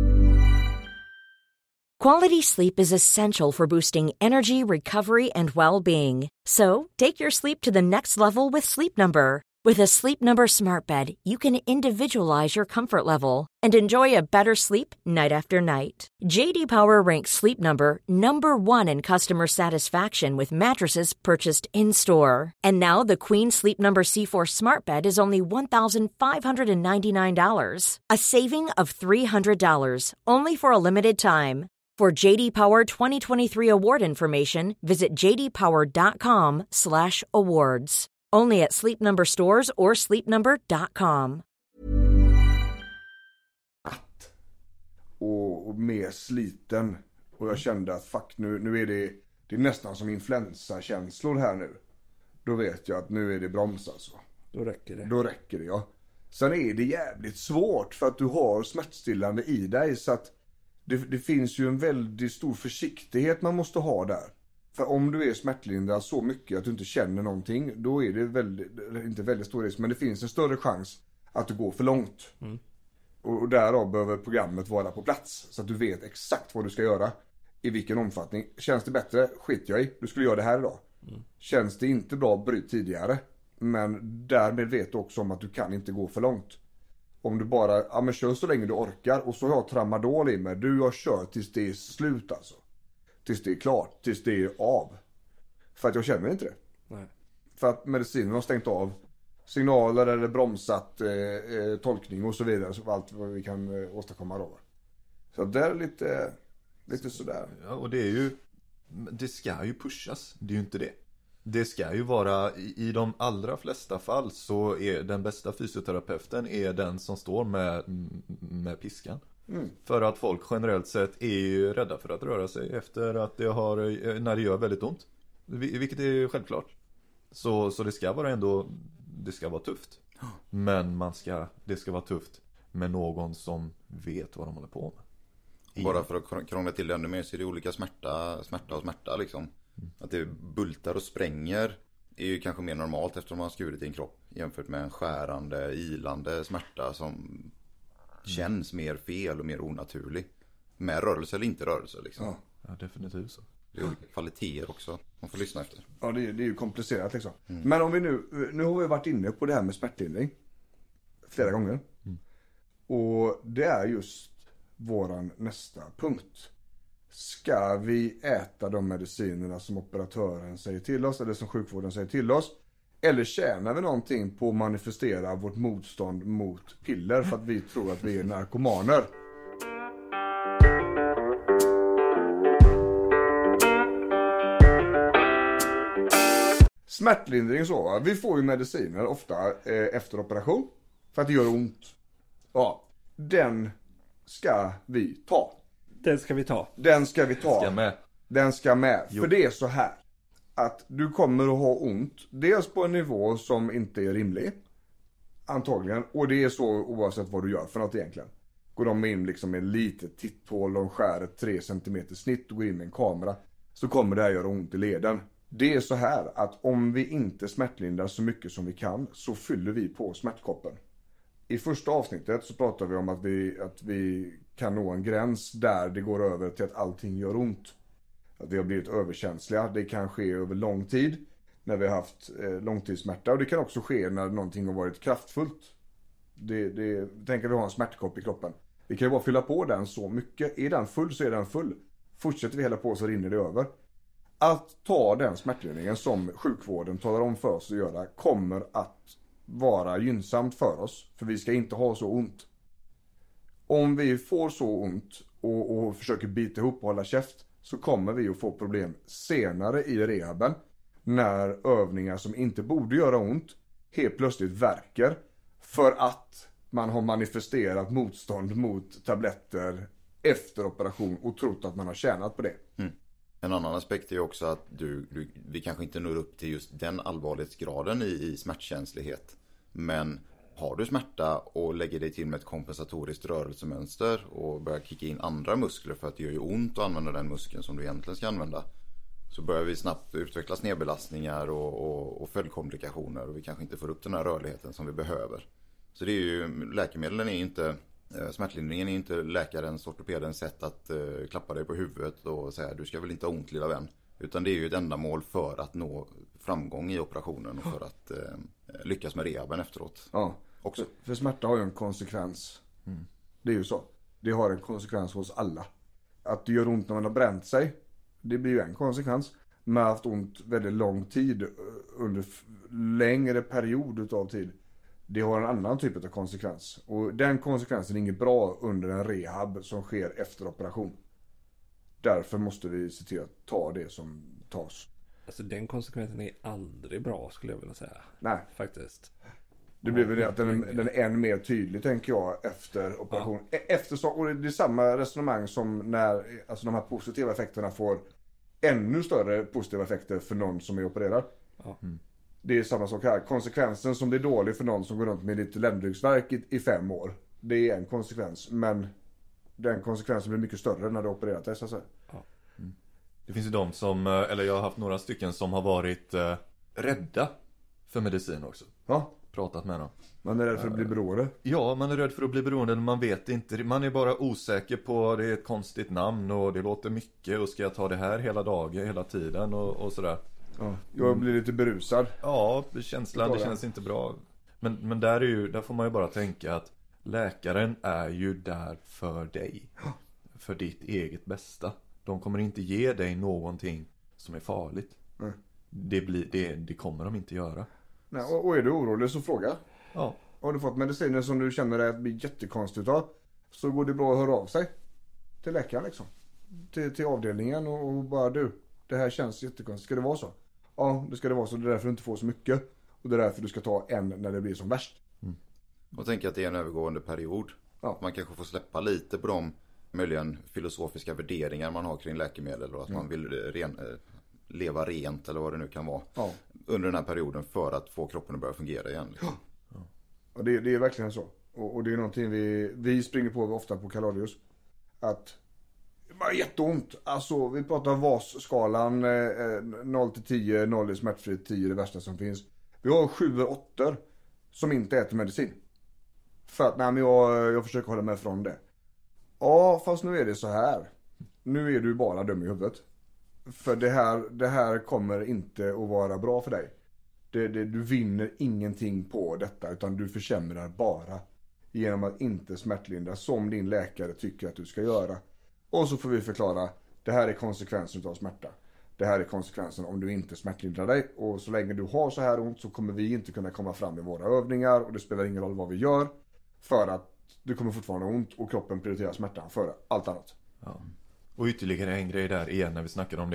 Quality sleep is essential for boosting energy, recovery, and well-being. So, take your sleep to the next level with Sleep Number. With a Sleep Number smart bed, you can individualize your comfort level and enjoy a better sleep night after night. J D Power ranks Sleep Number number one in customer satisfaction with mattresses purchased in-store. And now the Queen Sleep Number C four smart bed is only one thousand five hundred ninety-nine dollars, a saving of three hundred dollars, only for a limited time. For J D Power twenty twenty-three award information, visit j d power dot com slash awards. Only at Sleep Number stores or sleep number dot com. Och, och mer sliten. Och jag kände att fuck, nu, nu är det, det är nästan som influensa-känslor här nu. Då vet jag att nu är det broms alltså. Då räcker det. Då räcker det, ja. Sen är det jävligt svårt för att du har smärtstillande i dig. Så att det, det finns ju en väldigt stor försiktighet man måste ha där. För om du är smärtlindrad så mycket att du inte känner någonting, då är det väldigt, inte väldigt stor risk, men det finns en större chans att du går för långt. Mm. Och, och därav behöver programmet vara på plats så att du vet exakt vad du ska göra, i vilken omfattning. Känns det bättre, skit jag i, du skulle göra det här idag. Mm. Känns det inte bra, bryt tidigare. Men därmed vet du också om att du kan inte gå för långt. Om du bara, ja men kör så länge du orkar, och så har jag tramadol i mig, du har kört tills det är slut alltså. Tills det är klart, tills det är av. För att jag känner inte det. Nej. För att medicinen har stängt av signaler eller bromsat eh, eh, tolkning och så vidare. Så allt vad vi kan eh, åstadkomma då. Så det är lite, lite sådär. Ja, och det är ju, det ska ju pushas. Det är ju inte det. Det ska ju vara, i, i de allra flesta fall så är den bästa fysioterapeuten är den som står med, med piskan. Mm. För att folk generellt sett är ju rädda för att röra sig efter att det har, när det gör väldigt ont. Vilket är självklart. Så, så det ska vara ändå, det ska vara tufft. Men man ska, det ska vara tufft med någon som vet vad de håller på med. Bara för att krångla till det ännu mer så är det olika smärta, smärta och smärta liksom. Mm. Att det bultar och spränger är ju kanske mer normalt efter att man har skurit i en kropp jämfört med en skärande, ilande smärta som känns mer fel och mer onaturlig. Med rörelse eller inte rörelse liksom. Ja, ja definitivt så. Det är olika kvaliteter också. Man får lyssna efter. Ja, det är, det är ju komplicerat liksom. Mm. Men om vi nu, nu har vi varit inne på det här med smärtlindring flera gånger. Mm. Och det är just våran nästa punkt. Ska vi äta de medicinerna som operatören säger till oss eller som sjukvården säger till oss? Eller tjänar vi någonting på att manifestera vårt motstånd mot piller för att vi tror att vi är narkomaner? Smärtlindring så va? Vi får ju mediciner ofta eh, efter operation. För att det gör ont. Ja, den ska vi ta. Den ska vi ta. Den ska vi ta. Ska med. Den ska med. Jo. För det är så här. Att du kommer att ha ont. Dels på en nivå som inte är rimlig. Antagligen. Och det är så oavsett vad du gör för något egentligen. Går de in liksom med lite titthål. De skär ett tre centimeter snitt och går in med en kamera. Så kommer det här göra ont i leden. Det är så här att om vi inte smärtlindrar så mycket som vi kan. Så fyller vi på smärtkoppen. I första avsnittet så pratar vi om att vi, att vi kan nå en gräns där det går över till att allting gör ont. Att vi har blivit överkänsliga. Det kan ske över lång tid när vi har haft eh, långtidssmärta. Och det kan också ske när någonting har varit kraftfullt. Det, det, tänk att vi har en smärtkopp i kroppen. Vi kan ju bara fylla på den så mycket. Är den full så är den full. Fortsätter vi hela på så rinner det över. Att ta den smärtlindringen som sjukvården talar om för oss att göra kommer att vara gynnsamt för oss. För vi ska inte ha så ont. Om vi får så ont och, och försöker bita ihop och hålla käft så kommer vi att få problem senare i rehaben. När övningar som inte borde göra ont helt plötsligt verkar för att man har manifesterat motstånd mot tabletter efter operation och trott att man har tjänat på det. Mm. En annan aspekt är också att du, du, vi kanske inte når upp till just den allvarlighetsgraden i, i smärtkänslighet. Men har du smärta och lägger dig till med ett kompensatoriskt rörelsemönster och börjar kicka in andra muskler för att det gör ju ont att använda den muskeln som du egentligen ska använda. Så börjar vi snabbt utveckla snedbelastningar och, och, och följdkomplikationer och vi kanske inte får upp den här rörligheten som vi behöver. Så det är ju, läkemedlen är inte, smärtlindringen är inte läkarens, ortopedens sätt att uh, klappa dig på huvudet och säga du ska väl inte ha ont lilla vän. Utan det är ju ett ändamål för att nå framgång i operationen och för att uh, lyckas med rehaben efteråt. Ja, också. För, för smärta har ju en konsekvens. Mm. Det är ju så. Det har en konsekvens hos alla. Att det gör ont när man har bränt sig, det blir ju en konsekvens. Man har haft ont väldigt lång tid under längre period av tid. Det har en annan typ av konsekvens. Och den konsekvensen är inget bra under en rehab som sker efter operation. Därför måste vi se till att ta det som tas. Alltså den konsekvensen är aldrig bra skulle jag vilja säga. Nej. Faktiskt. Det blir väl det att den, den är än mer tydlig tänker jag efter operation. Ja. Efter så, och det är samma resonemang som när alltså de här positiva effekterna får ännu större positiva effekter för någon som är opererad. Ja. Mm. Det är samma sak här. Konsekvensen som det är dålig för någon som går runt med lite ländryggsvärk i, i fem år. Det är en konsekvens. Men den konsekvensen blir mycket större när du har opererat dig så att säga. Ja. Mm. Det finns ju de som, eller jag har haft några stycken som har varit eh, rädda för medicin också. Ja. Pratat med dem. Man är rädd för att bli beroende. Ja, man är rädd för att bli beroende. Man vet inte. Man är bara osäker på det är ett konstigt namn och det låter mycket. Och ska jag ta det här hela dagen, hela tiden och, och sådär. Ja, jag blir lite berusad. Ja, känslan, det känns inte bra. Men, men där, är ju, där får man ju bara tänka att läkaren är ju där för dig. För ditt eget bästa. De kommer inte ge dig någonting som är farligt. Mm. Det, blir, det, det kommer de inte göra. Nej, och, och är du orolig så fråga. Ja. Har du fått mediciner som du känner dig att blir jättekonstigt av, så går det bra att höra av sig till läkaren liksom. Till, till avdelningen och, och bara du, det här känns jättekonstigt. Ska det vara så? Ja, det ska det vara så. Det är därför du inte får så mycket. Och det är därför du ska ta en när det blir som värst. Mm. Och tänk att det är en övergående period. Ja. Man kanske får släppa lite på de möjligen filosofiska värderingar man har kring läkemedel. Och att mm. man vill ren, leva rent eller vad det nu kan vara. Ja. Under den här perioden för att få kroppen att börja fungera igen. Liksom. Ja. Ja. Och det, det är verkligen så. Och, och det är någonting vi, vi springer på ofta på Kaladius. Att det var jätteont. Alltså vi pratar V A S-skalan eh, noll till tio, noll är smärtfritt, tio är det värsta som finns. Vi har sju och åtta som inte äter medicin. För att nej, men jag, jag försöker hålla mig från det. Ja, fast nu är det så här. Nu är du bara dum i huvudet. För det här, det här kommer inte att vara bra för dig. Det, det, du vinner ingenting på detta utan du försämrar bara. Genom att inte smärtlindra som din läkare tycker att du ska göra. Och så får vi förklara, det här är konsekvensen av smärta. Det här är konsekvensen om du inte smärtlindrar dig. Och så länge du har så här ont så kommer vi inte kunna komma fram i våra övningar. Och det spelar ingen roll vad vi gör. För att du kommer fortfarande ha ont och kroppen prioriterar smärtan före allt annat. Ja. Och ytterligare en grej där igen när vi snackar om det.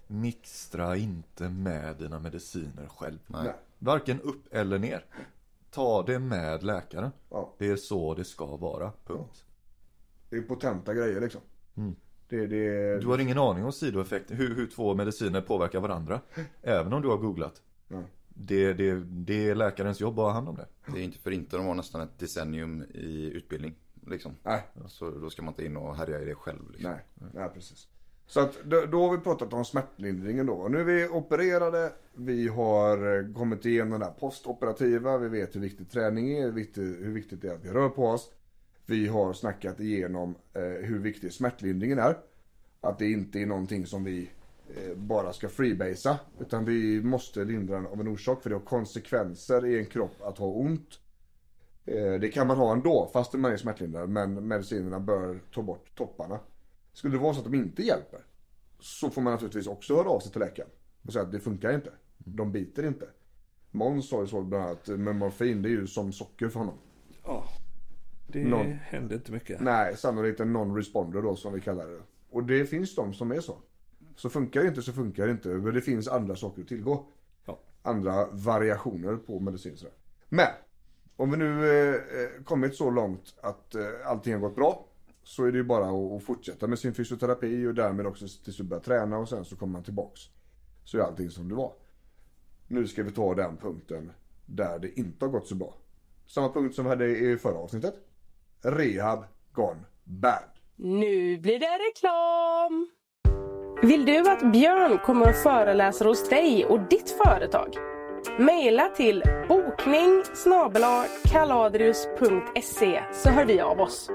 mixtra inte med dina mediciner själv. Nej. Varken upp eller ner. Ta det med läkaren. Ja. Det är så det ska vara. Punkt. Det är potenta grejer liksom. Mm. Det, det... Du har ingen aning om sidoeffekter, hur, hur två mediciner påverkar varandra. Även om du har googlat. Ja. Det, det, det är läkarens jobb att ha hand om det. Det är inte för inte, de har nästan ett decennium i utbildning. Liksom. Nej. Så då ska man inte in och härja i det själv. Liksom. Nej, nej, precis. Så att då, då har vi pratat om smärtlindringen då. Nu är vi opererade, vi har kommit igenom det här postoperativa, vi vet hur viktig träning är, hur viktigt, hur viktigt det är att vi rör på oss. Vi har snackat igenom eh, hur viktig smärtlindringen är. Att det inte är någonting som vi eh, bara ska freebasea, utan vi måste lindra av en orsak, för det har konsekvenser i en kropp att ha ont. Eh, det kan man ha ändå fast man är smärtlindrare, men medicinerna bör ta bort topparna. Skulle det vara så att de inte hjälper, så får man naturligtvis också höra av sig till läkaren och säga att det funkar inte. De biter inte. Måns sa ju så bland annat, men morfin, det är ju som socker för honom. Ja, det Någon... händer inte mycket. Nej, sannolikt en non-responder då, som vi kallar det. Och det finns de som är så. Så funkar det inte så funkar det inte. Men det finns andra saker att tillgå. Ja. Andra variationer på medicin. Men om vi nu eh, kommit så långt att eh, allting har gått bra, så är det ju bara att, att fortsätta med sin fysioterapi och därmed också tills du börjar träna, och sen så kommer man tillbaks. Så är allting som det var. Nu ska vi ta den punkten där det inte har gått så bra. Samma punkt som vi hade i förra avsnittet. Rehab gone bad. Nu blir det reklam! Vill du att Björn kommer och föreläser hos dig och ditt företag? Maila till bokning snabel-a kaladrius punkt se så hör vi av oss.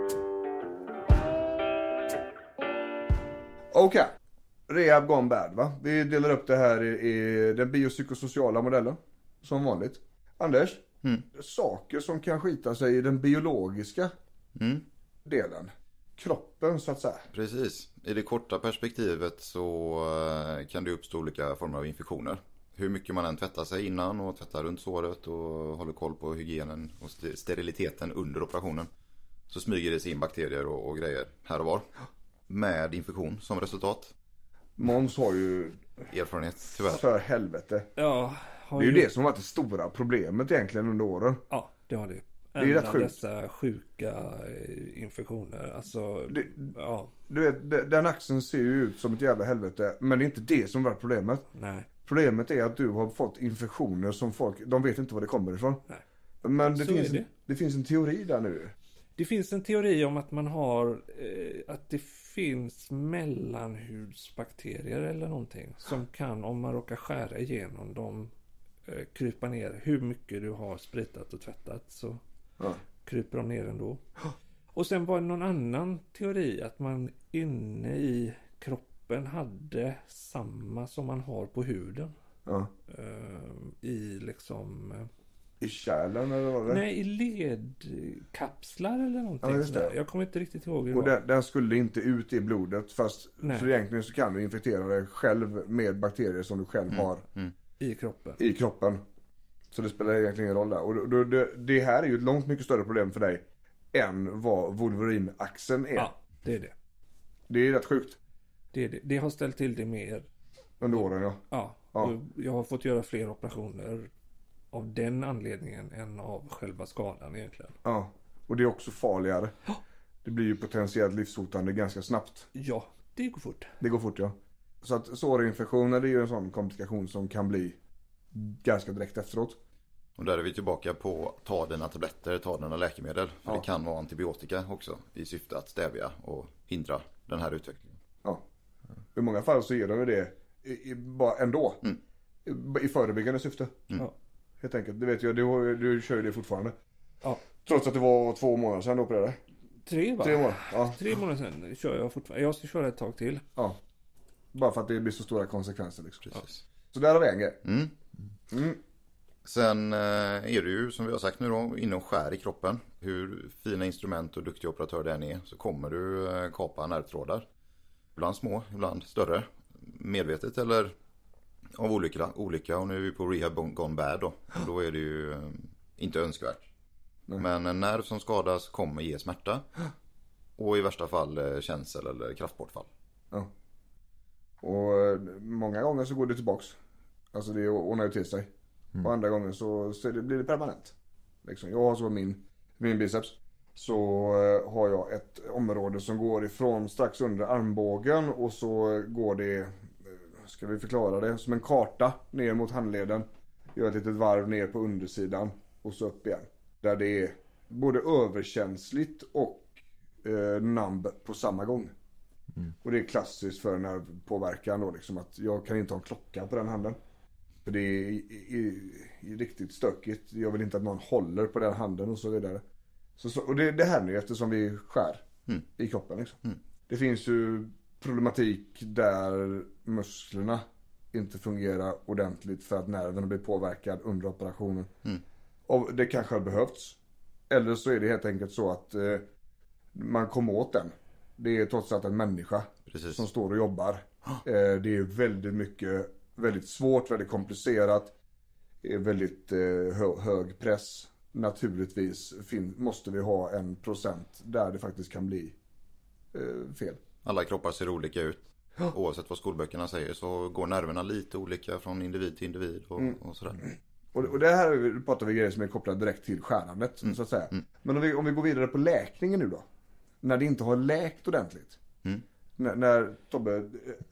Okej, okay. Rehab gone bad, va? Vi delar upp det här i, i den biopsykosociala modellen, som vanligt. Anders, mm. saker som kan skita sig i den biologiska mm. delen. Kroppen, så att säga. Precis. I det korta perspektivet så kan det uppstå olika former av infektioner. Hur mycket man än tvättar sig innan och tvättar runt såret och håller koll på hygienen och steriliteten under operationen, så smyger det sig in bakterier och, och grejer här och var. Med infektion som resultat. Måns har ju erfarenhet, tyvärr. För helvete. Ja, det är ju det som har varit det stora problemet egentligen under åren. Ja, det har det. Det är rätt sjukt. Dessa sjuka infektioner. Alltså, det, ja. Du vet, den axeln ser ju ut som ett jävla helvete. Men det är inte det som var problemet. Nej. Problemet är att du har fått infektioner som folk, de vet inte var det kommer ifrån. Nej. Men det, Så finns, är det. det finns en teori där nu. Det finns en teori om att man har, eh, att det finns mellanhudsbakterier eller någonting som kan, om man råkar skära igenom dem, eh, krypa ner. Hur mycket du har spritat och tvättat, så ja. kryper de ner ändå. Och sen var det någon annan teori att man inne i kroppen hade samma som man har på huden. Ja. Eh, I liksom... Eh, I kärlen eller vad det? Nej, i ledkapslar eller någonting. Ja, sådär. Jag kommer inte riktigt ihåg hur. Och den, den skulle inte ut i blodet. Fast Nej. Så egentligen så kan du infektera dig själv med bakterier som du själv mm. har. Mm. I kroppen. I kroppen. Så det spelar egentligen ingen roll där. Och det, det, det här är ju ett långt mycket större problem för dig än vad Wolverine-axeln är. Ja, det är det. Det är rätt sjukt. Det, är det. det har ställt till det mer. Under åren, ja. Ja, ja. Och jag har fått göra fler operationer av den anledningen än av själva skadan egentligen. Ja, och det är också farligare. Ja. Det blir ju potentiellt livshotande ganska snabbt. Ja, det går fort. Det går fort, ja. Så att sårinfektioner, det är ju en sån komplikation som kan bli ganska direkt efteråt. Och där är vi tillbaka på ta dina tabletter, ta dina läkemedel. För ja. det kan vara antibiotika också i syfte att stävja och hindra den här utvecklingen. Ja, i många fall så ger de ju det i, i, bara ändå. Mm. I, I förebyggande syfte. Mm. Ja. Helt enkelt, det vet jag, du, du kör ju det fortfarande. Ja. Trots att det var två månader sedan du opererade. Tre va? Tre månader, ja. Tre månader sedan kör jag fortfarande. Jag ska köra ett tag till. Ja. Bara för att det blir så stora konsekvenser liksom. Precis. Så där har vi en grej. Mm. Mm. Sen är det ju som vi har sagt nu då, inne och skär i kroppen. Hur fina instrument och duktig operatör den är, så kommer du kapa nervtrådar. Ibland små, ibland större. Medvetet eller av olika, olika. Och nu är vi på rehab gone bad då. Och då är det ju inte önskvärt. Nej. Men en nerv som skadas kommer ge smärta. Och i värsta fall känsel eller kraftbortfall. Ja. Och eh, många gånger så går det tillbaks. Alltså det ordnar ju till sig. Mm. Och andra gånger så, så det, blir det permanent. Liksom. Jag har så min, min biceps. Så eh, har jag ett område som går ifrån strax under armbågen. Och så går det, eh, ska vi förklara det, som en karta ner mot handleden. Gör ett litet varv ner på undersidan. Och så upp igen. Där det är både överkänsligt och eh, numb på samma gång. Mm. Och det är klassiskt för nervpåverkan då, liksom att jag kan inte ha en klocka på den handen. För det är, är, är, är riktigt stökigt. Jag vill inte att någon håller på den handen och så vidare. Så, så, och det, det här nu eftersom vi skär mm. i kroppen liksom. Mm. Det finns ju problematik där musklerna inte fungerar ordentligt för att nerven blir påverkad under operationen. Mm. Och det kanske har behövts. Eller så är det helt enkelt så att eh, man kommer åt den. Det är trots allt en människa Precis. Som står och jobbar. Eh, det är väldigt mycket, väldigt svårt, väldigt komplicerat. Det är väldigt eh, hö- hög press. Naturligtvis fin- måste vi ha en procent där det faktiskt kan bli eh, fel. Alla kroppar ser olika ut. Oh. Oavsett vad skolböckerna säger så går nerverna lite olika från individ till individ och, mm. och sådär. Och, och det här pratar vi grejer som är kopplade direkt till skärandet mm. så att säga. Mm. Men om vi, om vi går vidare på läkningen nu då. När det inte har läkt ordentligt. Mm. När, när Tobbe,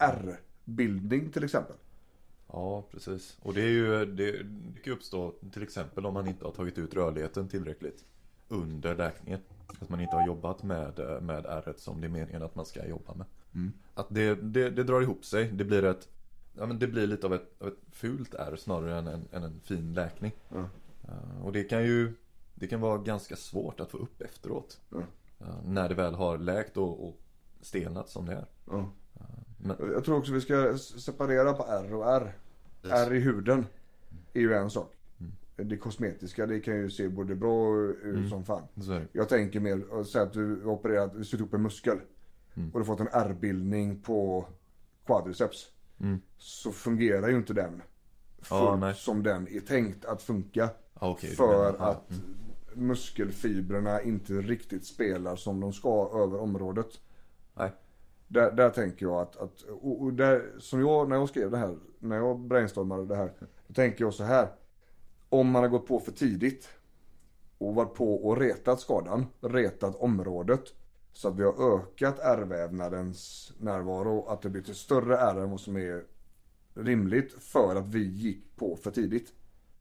R-bildning till exempel. Ja, precis. Och det är ju, det, det kan uppstå till exempel om man inte har tagit ut rörligheten tillräckligt under läkningen. Att man inte har jobbat med, med ärret som det är meningen att man ska jobba med. Mm. Att det, det, det drar ihop sig. Det blir ett, ja, men det blir lite av ett, av ett fult ärr snarare än en, än en fin läkning. Mm. Uh, och det kan ju, det kan vara ganska svårt att få upp efteråt. Mm. Uh, när det väl har läkt och, och stelnat som det är. Mm. Men... Jag tror också vi ska separera på R och R. Yes. R i huden är ju en sak. Mm. Det kosmetiska, det kan ju se både bra ut mm. som fan. Så. Jag tänker mer, säg att du opererat, du sytt upp en muskel. Mm. Och du har fått en R-bildning på quadriceps. Mm. Så fungerar ju inte den fullt ah, som den är tänkt att funka. Ah, okay, för att mm. muskelfibrerna inte riktigt spelar som de ska över området. Nej. Där, där tänker jag att, att och, och där, som jag, när jag skrev det här, när jag brainstormade det här, då tänker jag så här. Om man har gått på för tidigt och varit på och retat skadan, retat området, så att vi har ökat ärrvävnadens närvaro, att det blir till större ärr än vad som är rimligt för att vi gick på för tidigt.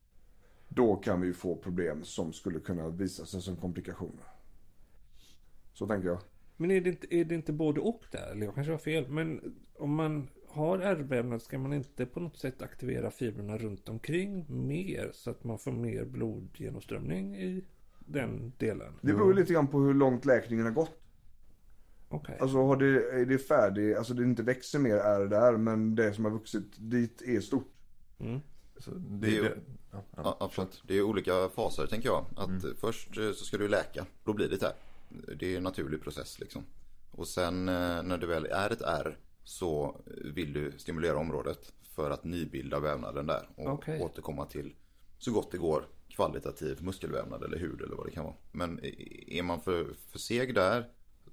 Då kan vi få problem som skulle kunna visa sig som komplikationer. Så tänker jag. Men är det inte, är det inte både och där? Eller jag kanske har fel. Men om man har ärrvävnad ska man inte på något sätt aktivera fibrerna runt omkring mer så att man får mer blodgenomströmning i den delen? Det beror lite grann på hur långt läkningen har gått. Okay. Alltså har det, är det färdigt, alltså det inte växer mer ärr där, men det som har vuxit dit är stort. Mm. Så det, det är ju, ja, ja. Absolut. Det är olika faser tänker jag. Att mm. först så ska du läka, då blir det här. Det är en naturlig process liksom. Och sen när det väl är ett ärr så vill du stimulera området för att nybilda vävnaden där och okay. återkomma till så gott det går kvalitativ muskelvävnad eller hud eller vad det kan vara. Men är man för, för seg där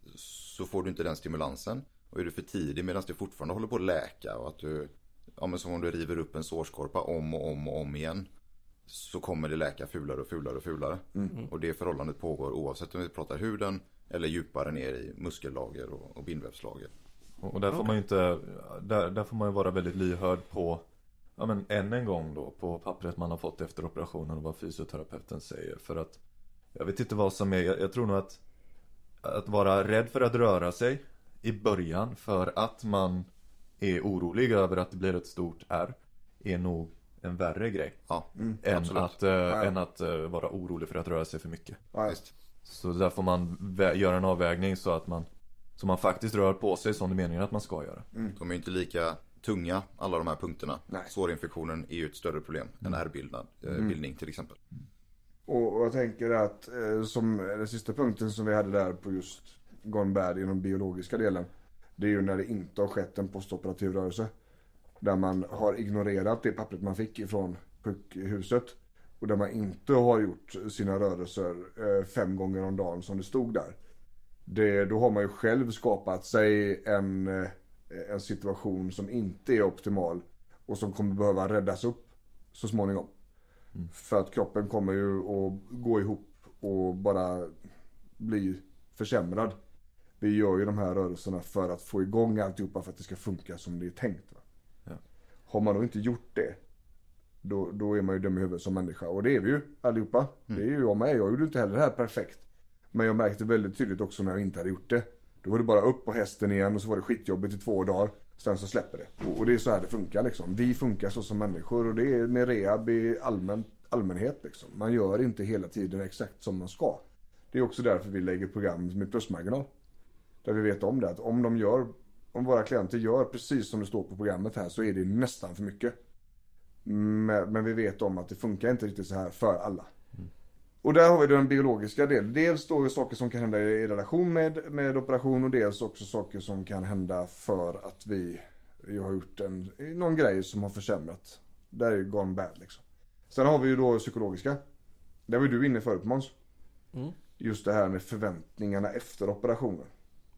så får du inte den stimulansen. Och är du för tidig medan du fortfarande håller på att läka och att du, ja men som om du river upp en sårskorpa om och om och om igen, så kommer det läka fulare och fulare och fulare. Mm. Och det förhållandet pågår oavsett om vi pratar huden eller djupare ner i muskellager och, och bindvävslager. Och där får man ju inte, där, där får man ju vara väldigt lyhörd på, ja men än en gång då, på pappret man har fått efter operationen och vad fysioterapeuten säger. För att, jag vet inte vad som är, jag, jag tror nog att att vara rädd för att röra sig i början för att man är orolig över att det blir ett stort ärr är nog en värre grej ja, mm, än, att, äh, ja. än att äh, vara orolig för att röra sig för mycket. Ja, så där får man vä- göra en avvägning så att man, så man faktiskt rör på sig som det är meningen att man ska göra. Mm. De är inte lika tunga alla de här punkterna. Nej. Sårinfektionen är ju ett större problem mm. än ärrbildning mm. bildning till exempel. Mm. Och jag tänker att eh, som den sista punkten som vi hade där på just gone bad i den biologiska delen, det är ju när det inte har skett en postoperativ rörelse. Där man har ignorerat det pappret man fick ifrån sjukhuset och där man inte har gjort sina rörelser eh, fem gånger om dagen som det stod där. Det, då har man ju själv skapat sig en, en situation som inte är optimal och som kommer behöva räddas upp så småningom. Mm. För att kroppen kommer ju att gå ihop och bara bli försämrad. Vi gör ju de här rörelserna för att få igång alltihopa för att det ska funka som det är tänkt. Va? Ja. Har man då inte gjort det, då, då är man ju dum i huvudet som människa. Och det är vi ju allihopa. Mm. Det är ju jag med. Jag gjorde inte heller det här perfekt. Men jag märkte väldigt tydligt också när jag inte hade gjort det. Då var det bara upp på hästen igen och så var det skitjobbigt i två dagar. Sen så släpper det. Och, och det är så här det funkar liksom. Vi funkar så som människor och det är med rehab i allmän, allmänhet liksom. Man gör inte hela tiden exakt som man ska. Det är också därför vi lägger program med plusmarginal. Där vi vet om det. Att om de gör, om våra klienter gör precis som det står på programmet här så är det nästan för mycket. Men, men vi vet om att det funkar inte riktigt så här för alla. Mm. Och där har vi den biologiska delen. Dels då saker som kan hända i relation med, med operation och dels också saker som kan hända för att vi, vi har gjort en, någon grej som har försämrat. Där är gone bad liksom. Sen har vi ju då psykologiska. Där var du inne förut, Måns. Mm. Just det här med förväntningarna efter operationen.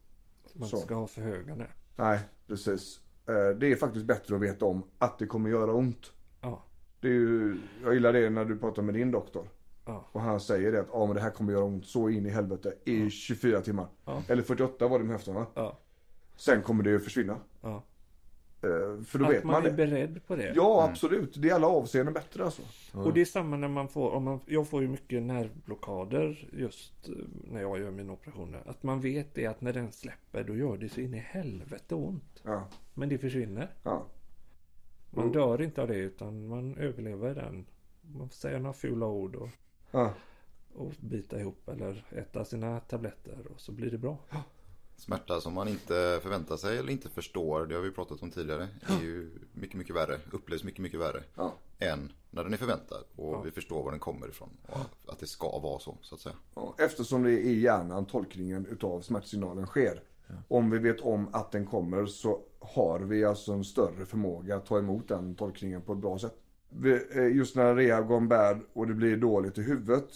Man ska så. ha för höga nu. Nej, precis. Det är faktiskt bättre att veta om att det kommer göra ont. Ja. Det är ju, jag gillar det när du pratar med din doktor. Ja. Och han säger det att ja, men det här kommer göra ont så in i helvete i ja. tjugofyra timmar. Ja. Eller fyrtioåtta var det med höften, va? Ja. Sen kommer det ju försvinna. Ja. För då att vet man, man är det. beredd på det. Ja, absolut. Det är alla avseenden bättre alltså. Ja. Och det är samma när man får, om man, jag får ju mycket nervblockader just när jag gör mina operationer. Att man vet det att när den släpper då gör det så in i helvete ont. Ja. Men det försvinner. Ja. Man mm. dör inte av det utan man överlever den. Man får säga några fula ord och, ja. och bita ihop eller äta sina tabletter och så blir det bra. Ja. Smärta som man inte förväntar sig eller inte förstår, det har vi pratat om tidigare, är ju mycket, mycket värre, upplevs mycket, mycket värre ja. än när den är förväntad och ja. vi förstår var den kommer ifrån och att det ska vara så, så att säga. Ja, eftersom det är i hjärnan tolkningen utav smärtsignalen sker. Ja. Om vi vet om att den kommer så har vi alltså en större förmåga att ta emot den tolkningen på ett bra sätt. Just när rehab går bad och det blir dåligt i huvudet,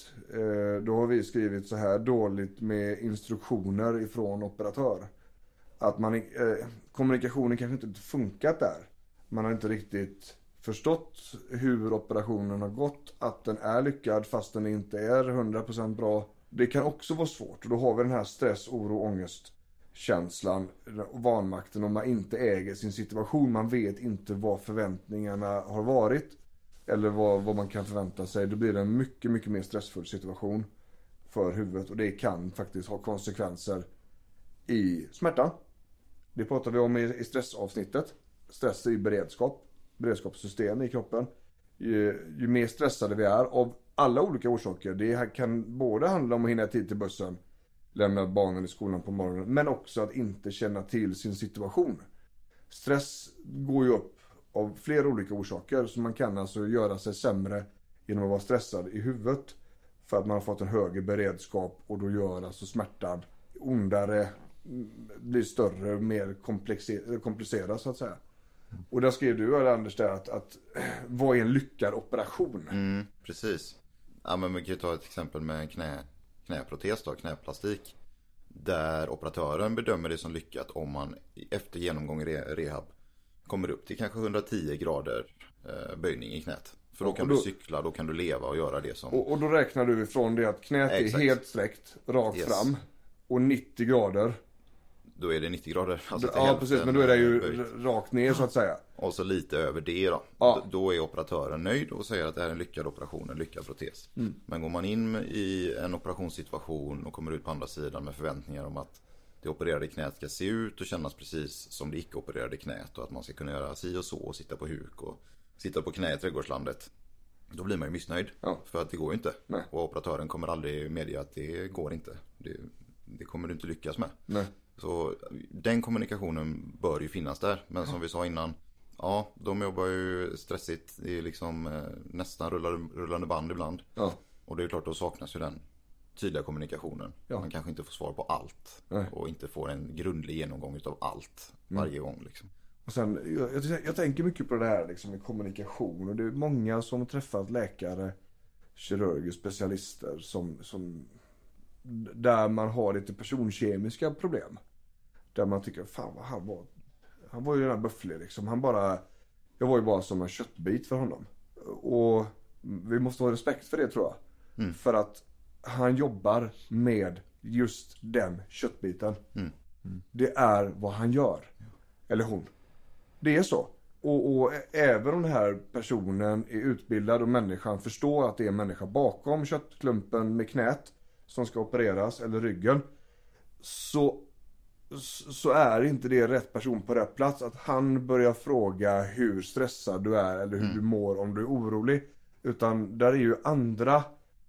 då har vi skrivit så här: dåligt med instruktioner ifrån operatör. Att man, kommunikationen kanske inte funkat där. Man har inte riktigt förstått hur operationen har gått, att den är lyckad fast den inte är hundra procent bra. Det kan också vara svårt och då har vi den här stress, oro, ångest känslan och vanmakten om man inte äger sin situation. Man vet inte vad förväntningarna har varit eller vad, vad man kan förvänta sig. Då blir det en mycket, mycket mer stressfull situation för huvudet och det kan faktiskt ha konsekvenser i smärtan. Det pratar vi om i, i stressavsnittet. Stress i beredskap, beredskapssystem i kroppen. Ju, ju mer stressade vi är av alla olika orsaker. Det här kan både handla om att hinna tid till bussen, lämna barnen i skolan på morgonen, men också att inte känna till sin situation. Stress går ju upp av flera olika orsaker, så man kan alltså göra sig sämre genom att vara stressad i huvudet för att man har fått en högre beredskap och då gör alltså smärtan ondare, blir större, mer komplicerad så att säga. Och där skrev du, Anders, där att, att vad är en lyckad operation? Mm, precis. Ja, men vi kan ju ta ett exempel med en knä, knäprotes då, knäplastik. Där operatören bedömer det som lyckat om man efter genomgång i rehab kommer upp till kanske hundratio grader eh, böjning i knät. För då kan då, du cykla, då kan du leva och göra det som... Och, och då räknar du ifrån det att knät är helt sträckt, rakt yes. fram och nittio grader. Då är det nittio grader. Alltså ja, precis, men då är det ju böjt. Rakt ner så att säga. Och så lite över det då. Ja. Då är operatören nöjd och säger att det här är en lyckad operation, en lyckad protes. Mm. Men går man in i en operationssituation och kommer ut på andra sidan med förväntningar om att det opererade knät ska se ut och kännas precis som det icke-opererade knät och att man ska kunna göra si och så och sitta på huk och sitta på knä i trädgårdslandet. Då blir man ju missnöjd. Ja. För att det går ju inte. Nej. Och operatören kommer aldrig medge att det går inte. Det, det kommer du inte lyckas med. Nej. Så den kommunikationen bör ju finnas där. Men som vi sa innan, ja, de jobbar ju stressigt. Det är liksom eh, nästan rullande, rullande band ibland. Ja. Och det är klart, då saknas ju den tydliga kommunikationen. Ja. Man kanske inte får svar på allt. Nej. Och inte får en grundlig genomgång utav allt varje mm. gång liksom. Och sen, jag, jag, jag tänker mycket på det här liksom, med kommunikation. Och det är många som träffat läkare, kirurger, specialister som... som där man har lite personkemiska problem. Där man tycker, fan vad han var, Han var ju den här bufflig liksom. Han bara, jag var ju bara som en köttbit för honom. Och vi måste ha respekt för det tror jag. Mm. För att han jobbar med just den köttbiten. Mm. Mm. Det är vad han gör. Eller hon. Det är så. Och, och även om den här personen är utbildad och människan förstår att det är en människa bakom köttklumpen med knät som ska opereras, eller ryggen, så, så är inte det rätt person på rätt plats. Att han börjar fråga hur stressad du är eller hur mm. du mår, om du är orolig. Utan där är ju andra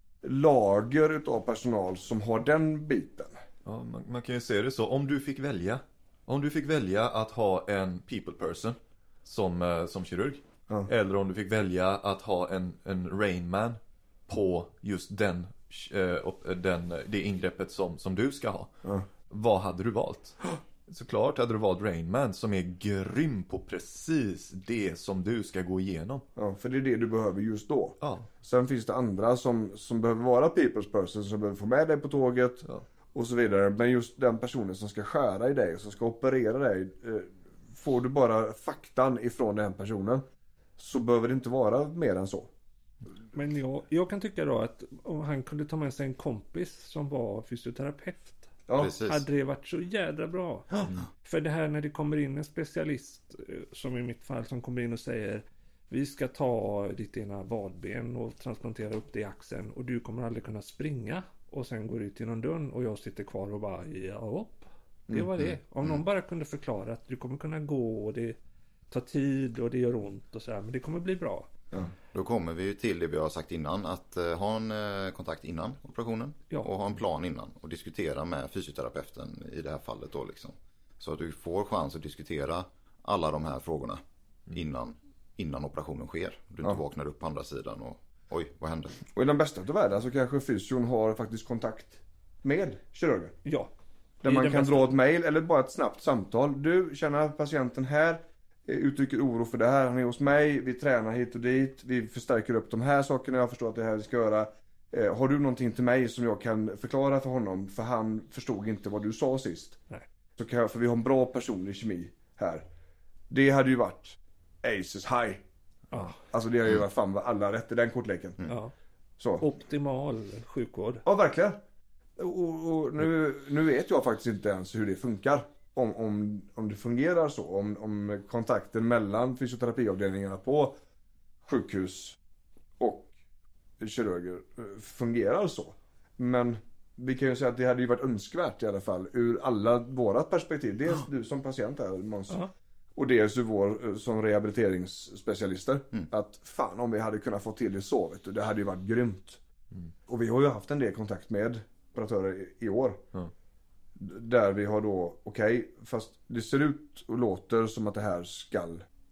lager utav personal som har den biten. Ja, man, man kan ju se det så. Om du fick välja Om du fick välja att ha en people person som, eh, som kirurg. Ja. Eller om du fick välja att ha en, en Rainman på just den, eh, den, det ingreppet som, som du ska ha. Ja. Vad hade du valt? Såklart hade du valt Rainman som är grym på precis det som du ska gå igenom. Ja, för det är det du behöver just då. Ja. Sen finns det andra som, som behöver vara people's person, som behöver få med dig på tåget. Ja. Och så vidare. Men just den personen som ska skära i dig, som ska operera dig, får du bara faktan ifrån den personen, så behöver det inte vara mer än så. Men jag, jag kan tycka då att om han kunde ta med sig en kompis som var fysioterapeut, ja, hade det varit så jädra bra. Mm. För det här när det kommer in en specialist, som i mitt fall, som kommer in och säger vi ska ta ditt ena vadben och transplantera upp det i axeln och du kommer aldrig kunna springa. Och sen går ut genom dörren och jag sitter kvar och bara, ja, det var det. Om någon bara kunde förklara att du kommer kunna gå och det tar tid och det gör ont och så här, men det kommer bli bra. Ja. Då kommer vi till det vi har sagt innan, att uh, ha en uh, kontakt innan operationen, ja, och ha en plan innan och diskutera med fysioterapeuten i det här fallet då liksom. Så att du får chans att diskutera alla de här frågorna mm. innan, innan operationen sker. Du ja. inte vaknar upp på andra sidan och oj, vad hände? Och i den bästa av världen så kanske fysion har faktiskt kontakt med kirurgen. Ja. Där man kan bästa. dra ett mejl eller bara ett snabbt samtal. Du känner patienten här, uttrycker oro för det här, han är hos mig, vi tränar hit och dit, vi förstärker upp de här sakerna, jag förstår att det här vi ska göra. Eh, har du någonting till mig som jag kan förklara för honom? För han förstod inte vad du sa sist. Nej. Så kan jag, för vi har en bra personlig kemi här. Det hade ju varit Aces High. Ja. Alltså det har ju varit fan alla rätt i den kortleken. Mm. Ja. Så. Optimal sjukvård. Ja, verkligen. Och, och nu, nu vet jag faktiskt inte ens hur det funkar. Om, om, om det fungerar så. Om, om kontakten mellan fysioterapiavdelningarna på sjukhus och kirurger fungerar så. Men vi kan ju säga att det hade ju varit önskvärt i alla fall. Ur alla våra perspektiv. Dels ja. du som patient här, Måns. Ja. Och dels ju vår som rehabiliteringsspecialister. Mm. Att fan om vi hade kunnat få till det så, vet du, det hade ju varit grymt. Mm. Och vi har ju haft en del kontakt med operatörer i, i år. Mm. Där vi har då, okej, okay, fast det ser ut och låter som att det här ska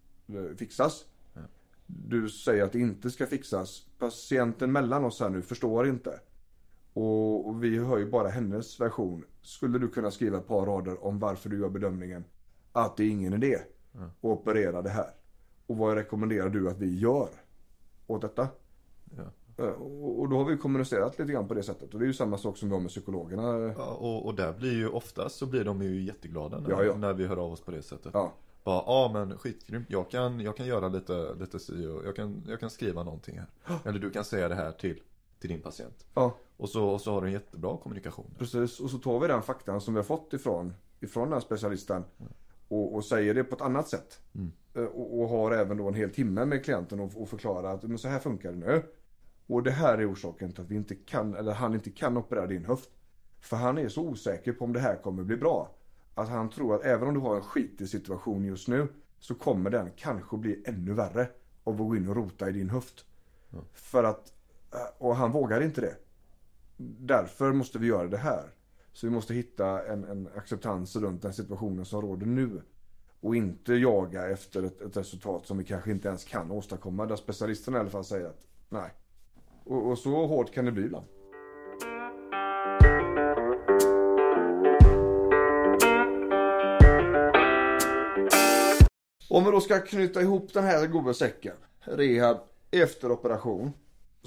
fixas. Mm. Du säger att det inte ska fixas. Patienten mellan oss här nu förstår inte. Och, och vi hör ju bara hennes version. Skulle du kunna skriva ett par rader om varför du gör bedömningen att det är ingen idé mm. att operera det här? Och vad rekommenderar du att vi gör åt detta? Ja. Och, och då har vi kommunicerat lite grann på det sättet. Och det är ju samma sak som vi har med psykologerna. Ja, och, och där blir ju oftast så blir de ju jätteglada när, ja, ja. när vi hör av oss på det sättet. Ja, bara, ja men skitgrymt. Jag kan, jag kan göra lite, lite si och jag kan, jag kan skriva någonting här. Eller du kan säga det här till, till din patient. Ja. Och så, och så har du en jättebra kommunikation. Precis, och så tar vi den faktan som vi har fått ifrån, ifrån den här specialisten. Mm. Och, och säger det på ett annat sätt. Mm. Och, och har även då en hel timme med klienten och, och förklarar att men så här funkar det nu. Och det här är orsaken till att vi inte kan, eller han inte kan operera din höft. För han är så osäker på om det här kommer bli bra. Att han tror att även om du har en skitig situation just nu, så kommer den kanske bli ännu värre av att gå in och rota i din höft. Mm. För att, och han vågar inte det. Därför måste vi göra det här. Så vi måste hitta en, en acceptans runt den situationen som råder nu. Och inte jaga efter ett, ett resultat som vi kanske inte ens kan åstadkomma. Där specialisterna i alla fall säger att nej. Och, och så hårt kan det bli ibland. Om vi då ska knyta ihop den här goda säcken, rehab efter operation,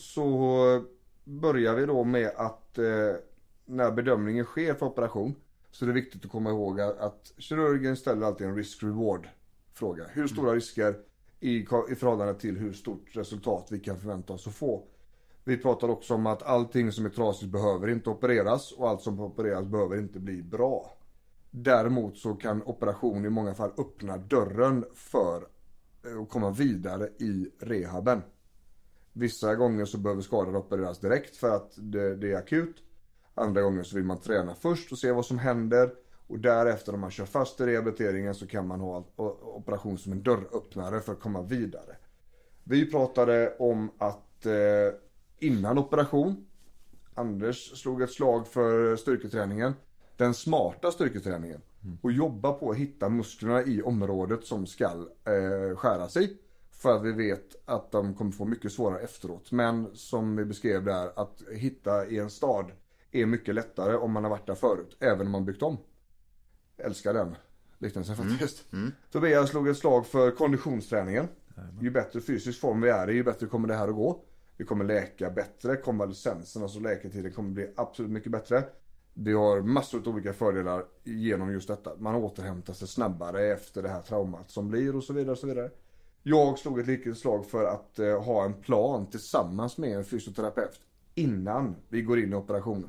så börjar vi då med att eh, när bedömningen sker för operation Så det är viktigt att komma ihåg att kirurgen ställer alltid en risk-reward fråga. Hur stora mm. risker i, i förhållande till hur stort resultat vi kan förvänta oss att få. Vi pratar också om att allting som är trasigt behöver inte opereras och allt som opereras behöver inte bli bra. Däremot så kan operation i många fall öppna dörren för att komma vidare i rehaben. Vissa gånger så behöver skador opereras direkt för att det, det är akut. Andra gånger så vill man träna först och se vad som händer. Och därefter om man kör fast i rehabiliteringen så kan man ha operation som en dörröppnare för att komma vidare. Vi pratade om att eh, innan operation, Anders slog ett slag för styrketräningen. Den smarta styrketräningen. Mm. Och jobba på att hitta musklerna i området som ska eh, skära sig. För att vi vet att de kommer få mycket svårare efteråt. Men som vi beskrev där, att hitta i en stad är mycket lättare om man har varit där förut. Även om man byggt om. Jag älskar den liknelsen faktiskt. Mm. Mm. Tobias slog ett slag för konditionsträningen. Mm. Ju bättre fysisk form vi är i, ju bättre kommer det här att gå. Vi kommer läka bättre. Konvalescensen, alltså läketiden, kommer bli absolut mycket bättre. Vi har massor av olika fördelar genom just detta. Man återhämtar sig snabbare efter det här traumat som blir och så vidare och så vidare. Jag slog ett litet slag för att uh, ha en plan tillsammans med en fysioterapeut innan vi går in i operationen.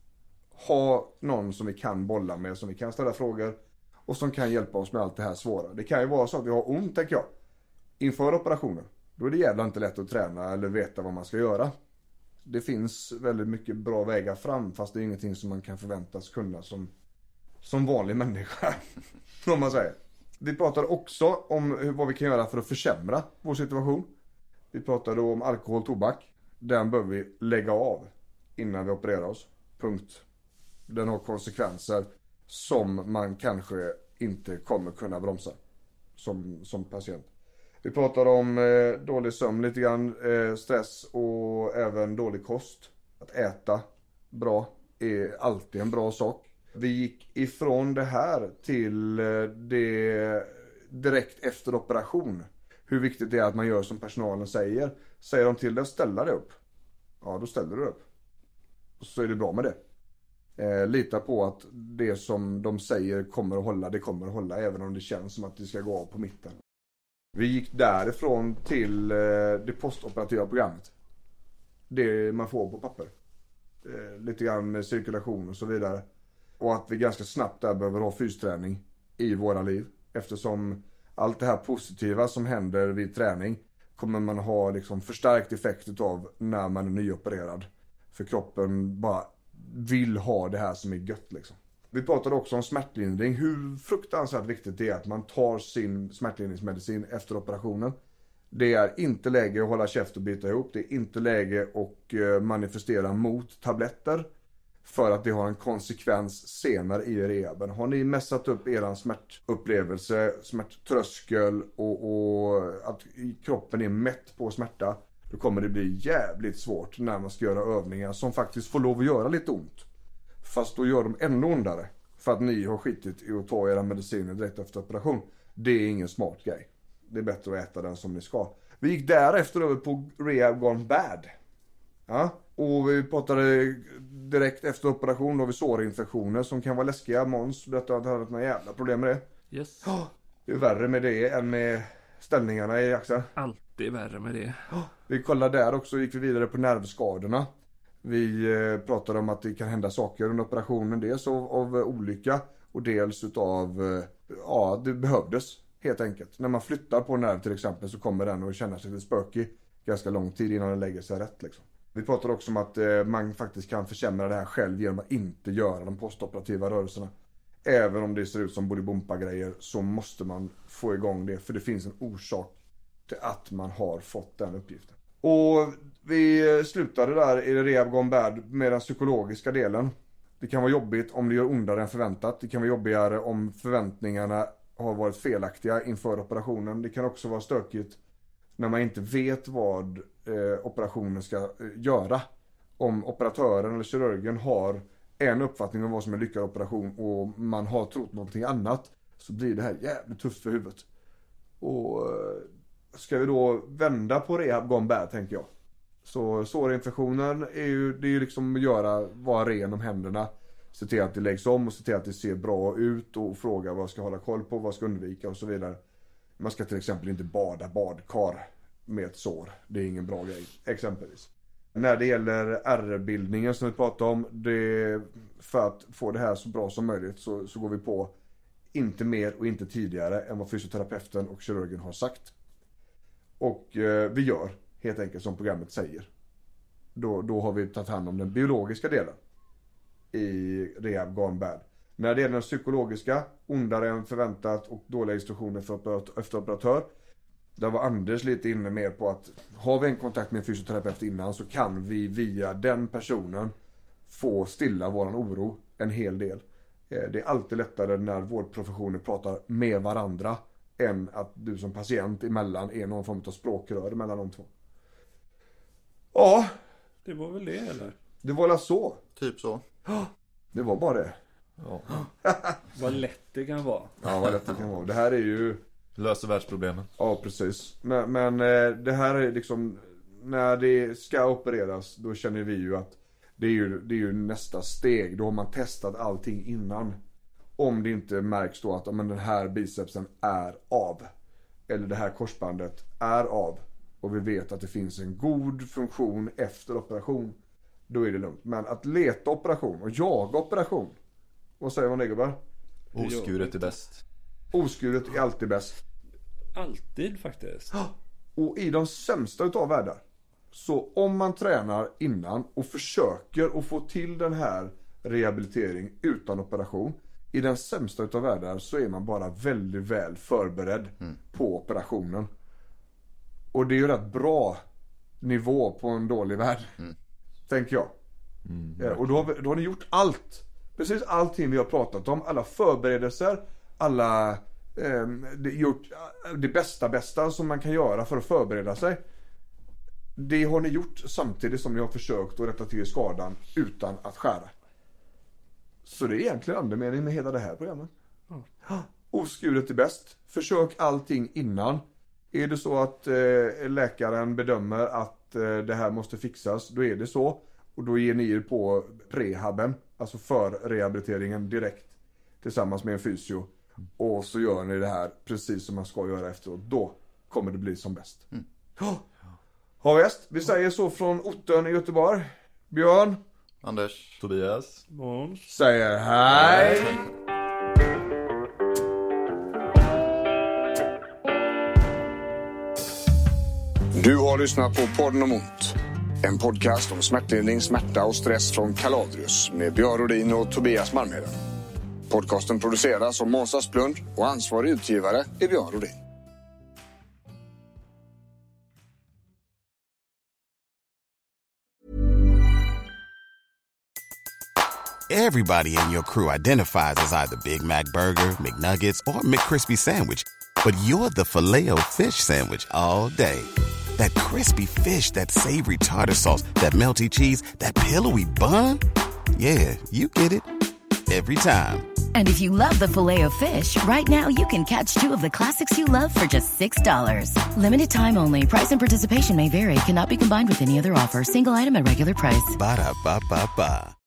Ha någon som vi kan bolla med, som vi kan ställa frågor och som kan hjälpa oss med allt det här svåra. Det kan ju vara så att vi har ont, tänker jag, inför operationen. Då är det jävla inte lätt att träna eller veta vad man ska göra. Det finns väldigt mycket bra vägar fram, fast det är ingenting som man kan förväntas kunna som, som vanlig människa, om man säger. Vi pratade också om vad vi kan göra för att försämra vår situation. Vi pratade om alkohol och tobak. Den behöver vi lägga av innan vi opererar oss. Punkt. Den har konsekvenser som man kanske inte kommer kunna bromsa som, som patient. Vi pratar om eh, dålig sömn lite grann, eh, stress och även dålig kost. Att äta bra är alltid en bra sak. Vi gick ifrån det här till eh, det direkt efter operation. Hur viktigt det är att man gör som personalen säger. Säger de till dig att ställa dig upp. Ja, då ställer du upp. Och så är det bra med det. Eh, lita på att det som de säger kommer att hålla, det kommer att hålla. Även om det känns som att det ska gå av på mitten. Vi gick därifrån till eh, det postoperativa programmet. Det man får på papper. Eh, lite grann med cirkulation och så vidare. Och att vi ganska snabbt där behöver ha fysträning i våra liv. Eftersom allt det här positiva som händer vid träning kommer man ha liksom förstärkt effekt utav när man är nyopererad. För kroppen bara vill ha det här som är gött liksom. Vi pratade också om smärtlindring. Hur fruktansvärt viktigt det är att man tar sin smärtlindringsmedicin efter operationen. Det är inte läge att hålla käft och bita ihop. Det är inte läge att manifestera mot tabletter. För att det har en konsekvens senare i rehaben. Har ni mässat upp er smärtupplevelse, smärttröskel och, och att kroppen är mätt på smärta. Då kommer det bli jävligt svårt när man ska göra övningar som faktiskt får lov att göra lite ont. Fast då gör de ännu ondare. För att ni har skitit i att ta era mediciner direkt efter operation. Det är ingen smart grej. Det är bättre att äta den som ni ska. Vi gick därefter över på rehab gone bad. Ja, och vi pratade direkt efter operation. Då har vi sårinfektioner som kan vara läskiga. Måns berättade att han hade några jävla problem med det. Yes. Oh, det är värre med det än med ställningarna i axeln. Alltid värre med det. Oh, vi kollade där också, gick vi vidare på nervskadorna. Vi eh, pratade om att det kan hända saker under operationen. Dels av, av olycka och dels utav, eh, ja det behövdes helt enkelt. När man flyttar på en nerv till exempel så kommer den att känna sig lite spökig ganska lång tid innan den lägger sig rätt liksom. Vi pratade också om att eh, man faktiskt kan försämra det här själv genom att inte göra de postoperativa rörelserna. Även om det ser ut som bodybumpa-grejer så måste man få igång det. För det finns en orsak till att man har fått den uppgiften. Och vi slutade där i rehab gone bad med den psykologiska delen. Det kan vara jobbigt om det gör ondare än förväntat. Det kan vara jobbigare om förväntningarna har varit felaktiga inför operationen. Det kan också vara stökigt när man inte vet vad eh, operationen ska eh, göra. Om operatören eller kirurgen har en uppfattning om vad som är lyckad operation och man har trott någonting annat, så blir det här jävligt tufft för huvudet. Och eh, ska vi då vända på rehab gone bad, tänker jag. Så sårinfektionen är ju, det är ju liksom att göra, vara ren om händerna. Se till att det läggs om och se till att det ser bra ut och fråga vad ska hålla koll på, vad ska undvika och så vidare. Man ska till exempel inte bada badkar med ett sår. Det är ingen bra grej, exempelvis. När det gäller ärrbildningen som vi pratade om, det, för att få det här så bra som möjligt så, så går vi på inte mer och inte tidigare än vad fysioterapeuten och kirurgen har sagt. Och eh, vi gör helt enkelt som programmet säger. Då, då har vi tagit hand om den biologiska delen i rehab gone bad. När det är den psykologiska, ondare än förväntat och dåliga instruktioner för efter operatör. Där var Anders lite inne mer på att har vi en kontakt med en fysioterapeut innan så kan vi via den personen få stilla våran oro en hel del. Det är alltid lättare när vårdprofessioner pratar med varandra än att du som patient emellan är någon form av språkrör mellan de två. Ja. Det var väl det eller? Det var väl så. Typ så. Det var bara det. Ja. Vad lätt det kan vara. Ja, vad lätt det kan vara. Det här är ju... Löser världsproblemen. Ja, precis. Men, men det här är liksom... När det ska opereras, då känner vi ju att det är ju, det är ju nästa steg. Då har man testat allting innan. Om det inte märks då att men den här bicepsen är av. Eller det här korsbandet är av. Och vi vet att det finns en god funktion efter operation. Då är det lugnt. Men att leta operation och jaga operation. Vad säger man, Negerberg? Oskuret är bäst. Oskuret är alltid bäst. Alltid faktiskt. Och i de sämsta utav världar. Så om man tränar innan och försöker att få till den här rehabilitering utan operation. I den sämsta utav världar så är man bara väldigt väl förberedd mm. på operationen. Och det är ju rätt bra nivå på en dålig värld. Mm. Tänker jag. Mm, ja, och då har, vi, då har ni gjort allt. Precis allting vi har pratat om. Alla förberedelser. Alla eh, det, gjort det bästa bästa som man kan göra för att förbereda sig. Det har ni gjort samtidigt som ni har försökt att rätta till skadan utan att skära. Så det är egentligen andemeningen med hela det här programmet. Mm. Oskuret är bäst. Försök allting innan. Är det så att eh, läkaren bedömer att eh, det här måste fixas, då är det så. Och då ger ni er på prehaben, alltså för rehabiliteringen direkt tillsammans med en fysio. Mm. Och så gör ni det här precis som man ska göra efteråt. Då kommer det bli som bäst. Mm. Oh. Ja, väst. Vi säger så från orten i Göteborg. Björn. Anders. Tobias. Måns. Säger hej. hej. Du har lyssnat på Podden om ont. En podcast om smärtlindring, smärta och stress från Kaladrius med Björn Rodin och Tobias Malmheden. Podcasten produceras av Måns Asplund och ansvarig utgivare är Björn Rodin. Everybody in your crew identifies as either Big Mac Burger, McNuggets, or McCrispy Sandwich. But you're the Filet-O-Fish Sandwich all day. That crispy fish, that savory tartar sauce, that melty cheese, that pillowy bun. Yeah, you get it. Every time. And if you love the Filet-O-Fish, right now you can catch two of the classics you love for just six dollars. Limited time only. Price and participation may vary. Cannot be combined with any other offer. Single item at regular price. Ba-da-ba-ba-ba.